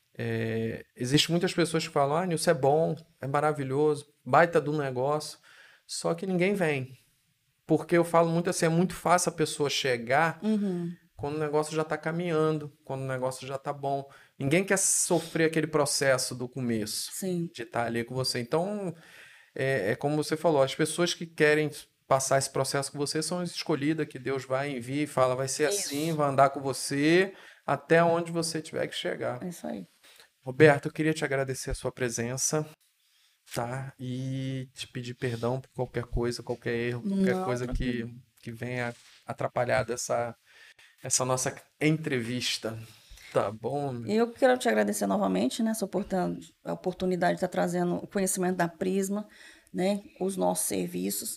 [SPEAKER 1] Existem muitas pessoas que falam, ah, Nilson, é bom, é maravilhoso, baita do negócio, só que ninguém vem. Porque eu falo muito assim, é muito fácil a pessoa chegar quando o negócio já está caminhando, quando o negócio já está bom. Ninguém quer sofrer aquele processo do começo,
[SPEAKER 2] Sim.
[SPEAKER 1] de estar ali com você. Então, é como você falou, as pessoas que querem passar esse processo com você são as escolhidas, que Deus vai enviar e fala, vai ser assim, vai andar com você até onde você tiver que chegar.
[SPEAKER 2] É isso aí.
[SPEAKER 1] Roberto, eu queria te agradecer a sua presença, tá? E te pedir perdão por qualquer coisa, qualquer erro, qualquer
[SPEAKER 2] Não,
[SPEAKER 1] coisa que venha atrapalhar essa nossa entrevista. Tá bom?
[SPEAKER 2] eu quero te agradecer novamente, né, a oportunidade de estar trazendo o conhecimento da Prisma, né, os nossos serviços,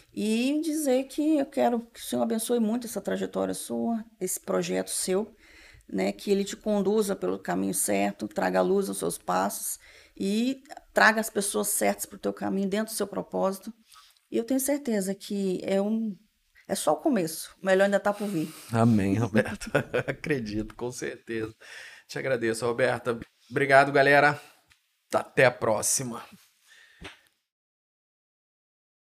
[SPEAKER 2] e dizer que eu quero que o Senhor abençoe muito essa trajetória sua, esse projeto seu, né, que ele te conduza pelo caminho certo, traga luz aos seus passos e traga as pessoas certas para o teu caminho, dentro do seu propósito. E eu tenho certeza que é só o começo, o melhor ainda está por vir.
[SPEAKER 1] Amém, Roberto. Acredito, com certeza. Te agradeço, Roberta. Obrigado, galera. Até a próxima.